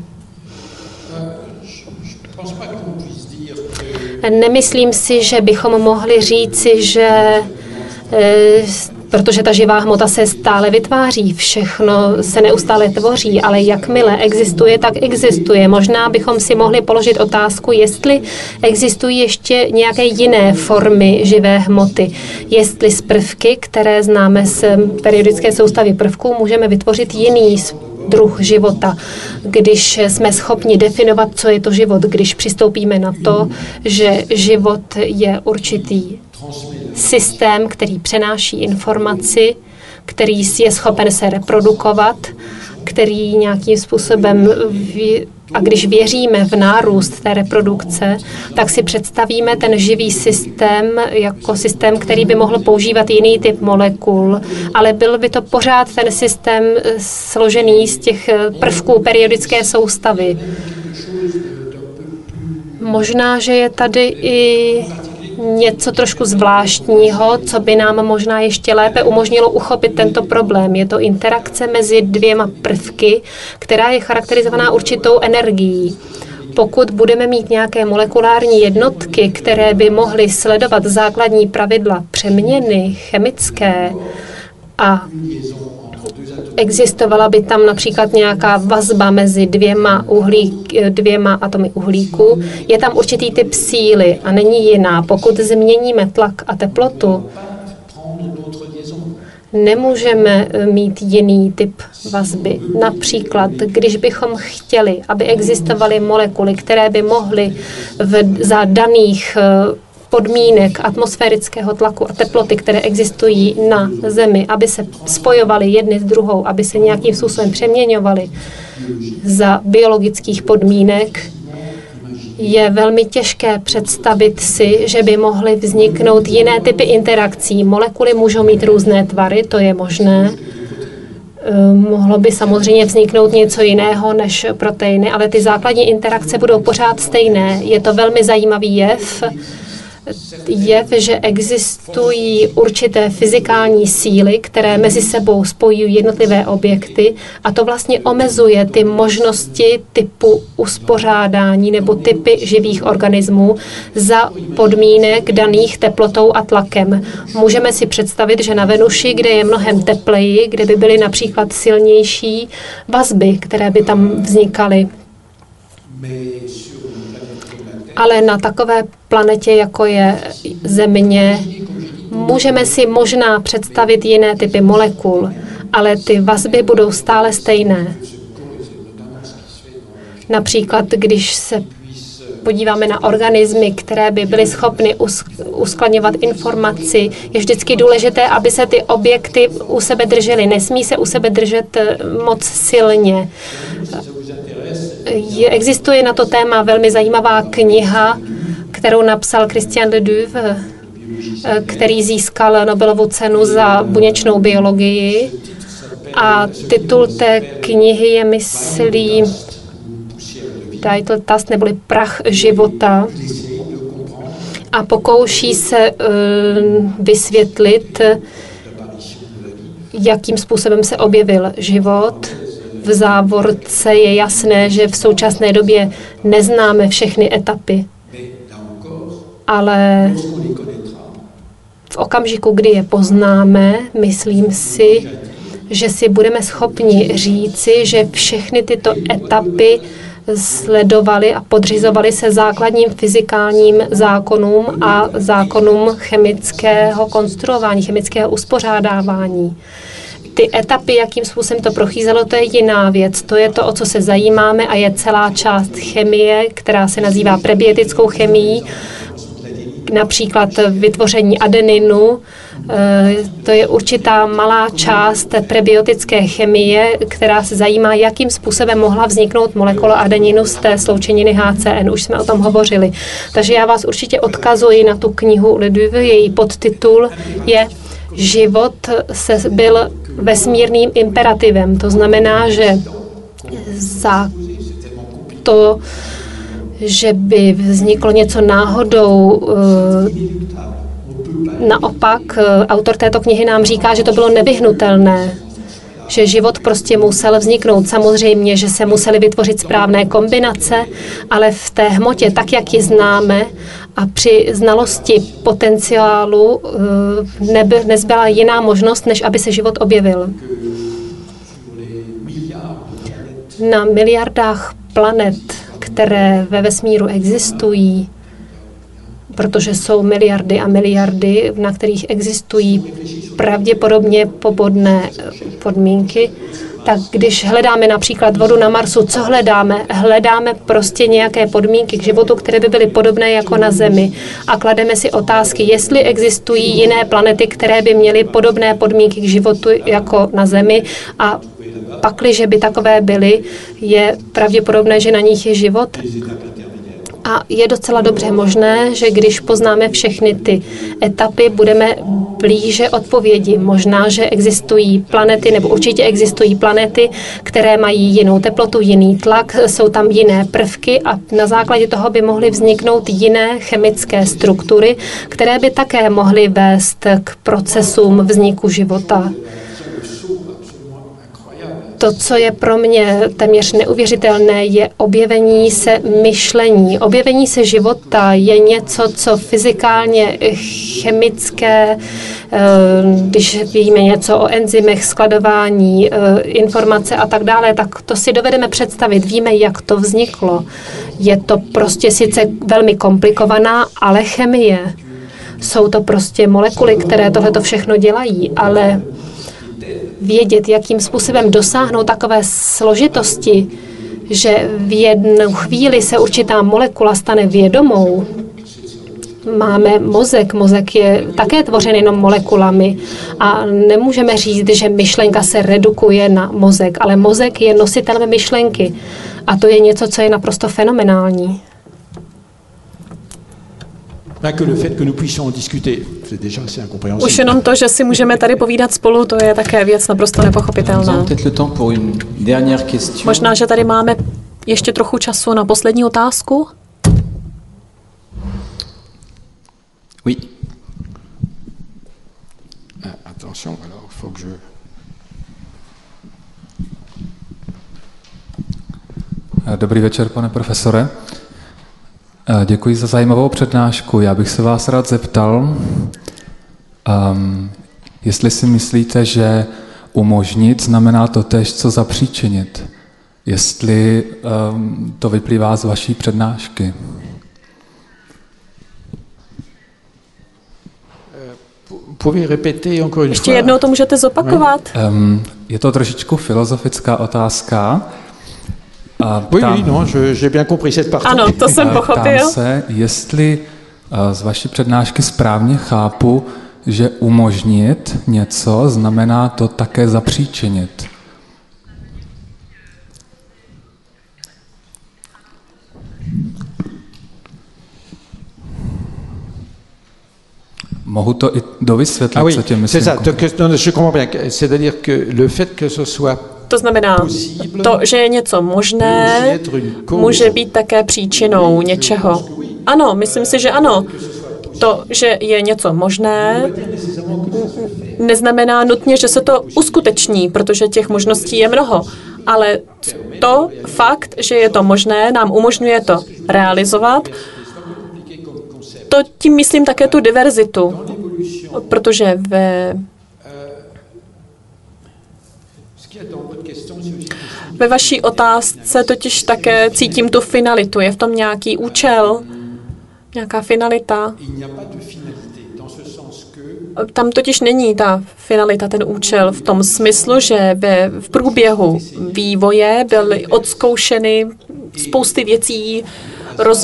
Nemyslím si, že bychom mohli říci, že protože ta živá hmota se stále vytváří, všechno se neustále tvoří, ale jakmile existuje, tak existuje. Možná bychom si mohli položit otázku, jestli existují ještě nějaké jiné formy živé hmoty. Jestli z prvky, které známe z periodické soustavy prvků, můžeme vytvořit jiný druh života, když jsme schopni definovat, co je to život, když přistoupíme na to, že život je určitý systém, který přenáší informaci, který je schopen se reprodukovat, který nějakým způsobem, a když věříme v nárůst té reprodukce, tak si představíme ten živý systém jako systém, který by mohl používat jiný typ molekul, ale byl by to pořád ten systém složený z těch prvků periodické soustavy. Možná, že je tady i něco trošku zvláštního, co by nám možná ještě lépe umožnilo uchopit tento problém. Je to interakce mezi dvěma prvky, která je charakterizovaná určitou energií. Pokud budeme mít nějaké molekulární jednotky, které by mohly sledovat základní pravidla přeměny chemické a existovala by tam například nějaká vazba mezi dvěma atomy uhlíku, je tam určitý typ síly a není jiná. Pokud změníme tlak a teplotu, nemůžeme mít jiný typ vazby. Například, když bychom chtěli, aby existovaly molekuly, které by mohly za daných podmínek atmosférického tlaku a teploty, které existují na Zemi, aby se spojovaly jedny s druhou, aby se nějakým způsobem přeměňovaly za biologických podmínek, je velmi těžké představit si, že by mohly vzniknout jiné typy interakcí. Molekuly můžou mít různé tvary, to je možné. Mohlo by samozřejmě vzniknout něco jiného než proteiny, ale ty základní interakce budou pořád stejné. Je to velmi zajímavý jev, že existují určité fyzikální síly, které mezi sebou spojují jednotlivé objekty a to vlastně omezuje ty možnosti typu uspořádání nebo typy živých organismů za podmínek daných teplotou a tlakem. Můžeme si představit, že na Venuši, kde je mnohem tepleji, kde by byly například silnější vazby, které by tam vznikaly. Ale na takové planetě, jako je Země, můžeme si možná představit jiné typy molekul, ale ty vazby budou stále stejné. Například, když se podíváme na organismy, které by byly schopny uskladňovat informaci, je vždycky důležité, aby se ty objekty u sebe držely. Nesmí se u sebe držet moc silně. Existuje na to téma velmi zajímavá kniha, kterou napsal Christian Leduc, který získal Nobelovu cenu za buněčnou biologii. A titul té knihy je, myslím, Tast neboli Prach života. A pokouší se vysvětlit, jakým způsobem se objevil život. V závorce je jasné, že v současné době neznáme všechny etapy, ale v okamžiku, kdy je poznáme, myslím si, že si budeme schopni říci, že všechny tyto etapy sledovaly a podřizovaly se základním fyzikálním zákonům a zákonům chemického konstruování, chemického uspořádávání. Ty etapy, jakým způsobem to procházelo, to je jiná věc. To je to, o co se zajímáme a je celá část chemie, která se nazývá prebiotickou chemií, například vytvoření adeninu, To je určitá malá část prebiotické chemie, která se zajímá, jakým způsobem mohla vzniknout molekula adeninu z té sloučeniny HCN. Už jsme o tom hovořili. Takže já vás určitě odkazuji na tu knihu Leduve. Její podtitul je Život byl vesmírným imperativem. To znamená, že za to, že by vzniklo něco náhodou, naopak autor této knihy nám říká, že to bylo nevyhnutelné, že život prostě musel vzniknout. Samozřejmě, že se musely vytvořit správné kombinace, ale v té hmotě, tak jak ji známe, a při znalosti potenciálu nezbyla jiná možnost, než aby se život objevil. Na miliardách planet, které ve vesmíru existují, protože jsou miliardy a miliardy, na kterých existují pravděpodobně pohodlné podmínky, tak když hledáme například vodu na Marsu, co hledáme? Hledáme prostě nějaké podmínky k životu, které by byly podobné jako na Zemi. A klademe si otázky, jestli existují jiné planety, které by měly podobné podmínky k životu jako na Zemi, a pakliže by takové byly, je pravděpodobné, že na nich je život. A je docela dobře možné, že když poznáme všechny ty etapy, budeme blíže odpovědi. Možná, že existují planety, nebo určitě existují planety, které mají jinou teplotu, jiný tlak, jsou tam jiné prvky a na základě toho by mohly vzniknout jiné chemické struktury, které by také mohly vést k procesům vzniku života. To, co je pro mě téměř neuvěřitelné, je objevení se myšlení. Objevení se života je něco, co fyzikálně, chemické, když víme něco o enzymech, skladování, informace a tak dále, tak to si dovedeme představit. Víme, jak to vzniklo. Je to prostě sice velmi komplikovaná, ale chemie. Jsou to prostě molekuly, které tohleto všechno dělají, ale vědět, jakým způsobem dosáhnout takové složitosti, že v jednu chvíli se určitá molekula stane vědomou. Máme mozek. Mozek je také tvořen jenom molekulami a nemůžeme říct, že myšlenka se redukuje na mozek, ale mozek je nositelem myšlenky a to je něco, co je naprosto fenomenální.
Už jenom to, že si můžeme tady povídat spolu, to je také věc naprosto nepochopitelná. Možná, že tady máme ještě trochu času na poslední otázku.
Oui. Attention, alors, faut que je...
Dobrý večer, pane profesore. Děkuji za zajímavou přednášku. Já bych se vás rád zeptal, jestli si myslíte, že umožnit znamená totéž, co zapříčinit. Jestli to vyplývá z vaší přednášky.
Ještě jednou to můžete zopakovat?
Je to trošičku filozofická otázka.
Ano, to jsem pochopil.
Ptám se, jestli z vaší přednášky správně chápu, že umožnit něco znamená to také zapříčinit. Mohu to i dovysvětlit, co tím myslím.
To znamená, to, že je něco možné, může být také příčinou něčeho. Ano, myslím si, že ano. To, že je něco možné, neznamená nutně, že se to uskuteční, protože těch možností je mnoho. Ale to fakt, že je to možné, nám umožňuje to realizovat. To tím myslím také tu diverzitu, protože ve vaší otázce totiž také cítím tu finalitu. Je v tom nějaký účel, nějaká finalita? Tam totiž není ta finalita, ten účel v tom smyslu, že v průběhu vývoje byly odzkoušeny spousty věcí,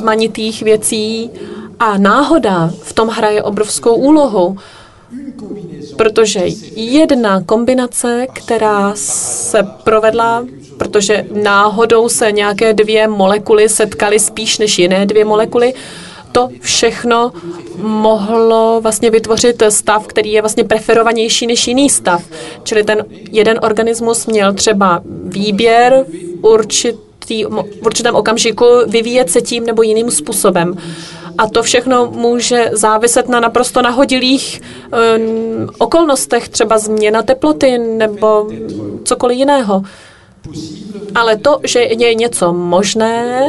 rozmanitých věcí a náhoda v tom hraje obrovskou úlohu. protože jedna kombinace, která se provedla, protože náhodou se nějaké dvě molekuly setkaly spíš než jiné dvě molekuly, to všechno mohlo vlastně vytvořit stav, který je vlastně preferovanější než jiný stav. Čili ten jeden organismus měl třeba výběr v určitém okamžiku vyvíjet se tím nebo jiným způsobem. A to všechno může záviset na naprosto nahodilých okolnostech, třeba změna teploty nebo cokoliv jiného. Ale to, že je něco možné,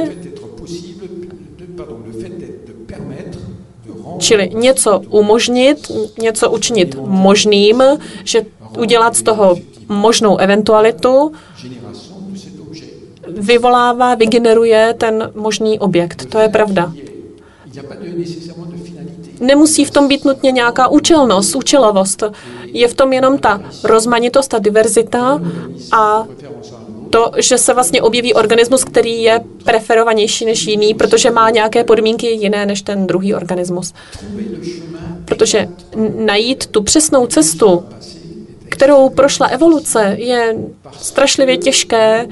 čili něco umožnit, něco učinit možným, že udělat z toho možnou eventualitu, vygeneruje ten možný objekt. To je pravda. Nemusí v tom být nutně nějaká účelovost. Je v tom jenom ta rozmanitost, ta diverzita a to, že se vlastně objeví organismus, který je preferovanější než jiný, protože má nějaké podmínky jiné než ten druhý organismus. Protože najít tu přesnou cestu, kterou prošla evoluce, je strašlivě těžké.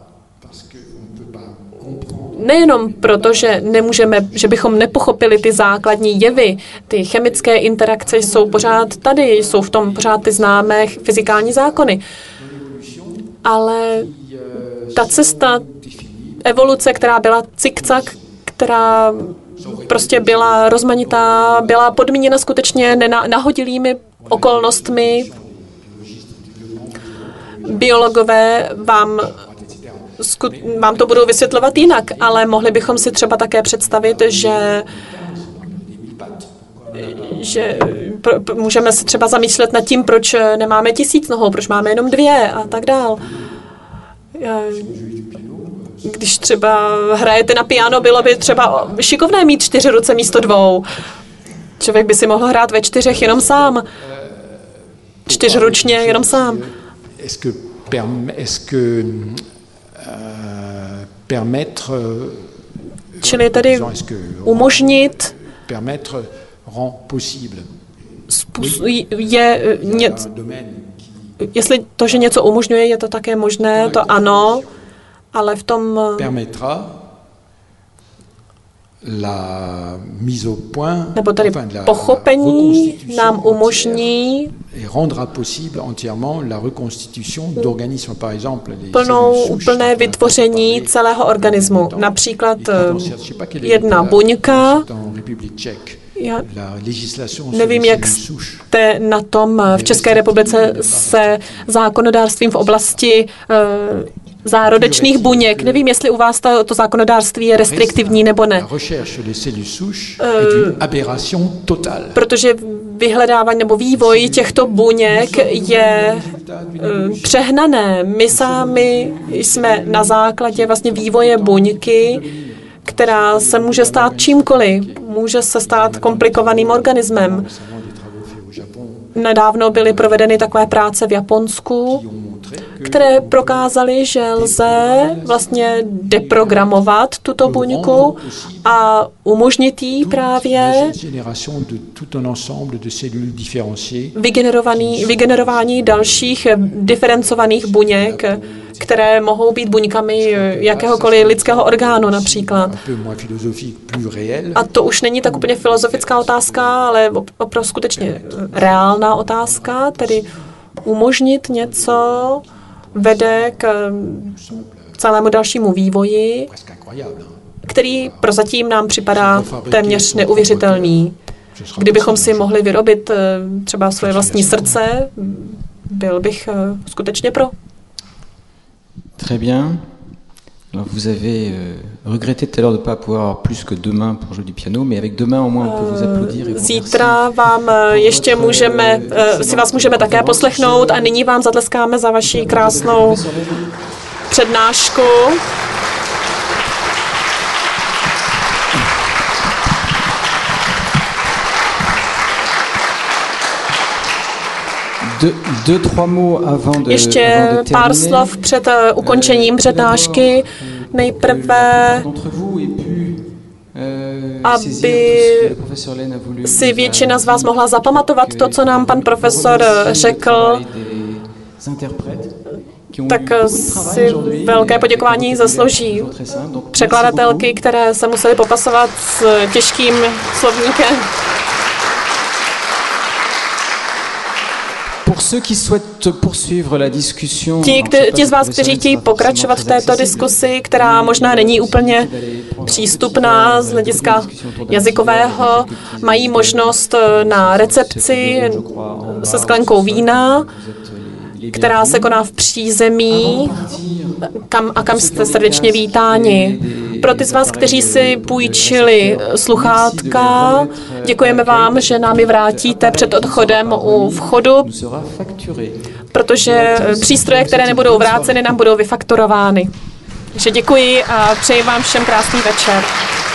Nejenom proto, že že bychom nepochopili ty základní jevy, ty chemické interakce jsou pořád tady, jsou v tom pořád ty známé fyzikální zákony. Ale ta cesta evoluce, která byla cikcak, která prostě byla rozmanitá, byla podmíněna skutečně nahodilými okolnostmi. Biologové vám to budou vysvětlovat jinak, ale mohli bychom si třeba také představit, že můžeme se třeba zamýšlet nad tím, proč nemáme 1000 nohou, proč máme jenom 2 a tak dál. Když třeba hrajete na piano, bylo by třeba šikovné mít 4 ruce místo 2. Člověk by si mohl hrát ve 4 jenom sám. 4ručně jenom sám. Čili tedy umožnit jestli to, že něco umožňuje, je to také možné, to ano, ale v tom nebo tady pochopení nám umožní úplné vytvoření celého organismu. Například jedna buňka. Já nevím, jak jste na tom v České republice se zákonodárstvím v oblasti zárodečných buněk. Nevím, jestli u vás to zákonodárství je restriktivní nebo ne. Protože vyhledávání nebo vývoj těchto buněk je přehnané. My sami jsme na základě vlastně vývoje buňky, která se může stát čímkoliv. Může se stát komplikovaným organismem. Nedávno byly provedeny takové práce v Japonsku, které prokázaly, že lze vlastně deprogramovat tuto buňku a umožnit jí právě vygenerování dalších diferencovaných buněk, které mohou být buňkami jakéhokoliv lidského orgánu například. A to už není tak úplně filozofická otázka, ale opravdu skutečně reálná otázka, tedy umožnit něco vede k celému dalšímu vývoji, který prozatím nám připadá téměř neuvěřitelný. Kdybychom si mohli vyrobit třeba svoje vlastní srdce, byl bych skutečně pro.
Très bien. Alors vous avez regretté tout à l'heure de ne pas pouvoir avoir plus que 2 mains pour jouer du piano, mais avec 2 mains au moins on peut vous applaudir et vous
Zítra vám ještě si vás můžeme také poslechnout a nyní vám zatleskáme za vaši krásnou přednášku. Ještě pár slov před ukončením přednášky. Nejprve aby si většina z vás mohla zapamatovat to, co nám pan profesor řekl, tak si velké poděkování zaslouží překladatelky, které se musely popasovat s těžkým slovníkem. Ti z vás, kteří chtějí pokračovat v této diskusi, která možná není úplně přístupná z hlediska jazykového, mají možnost na recepci se sklenkou vína, která se koná v přízemí, kam jste srdečně vítáni. Pro ty z vás, kteří si půjčili sluchátka, děkujeme vám, že nám je vrátíte před odchodem u vchodu, protože přístroje, které nebudou vráceny, nám budou vyfakturovány. Takže děkuji a přeji vám všem krásný večer.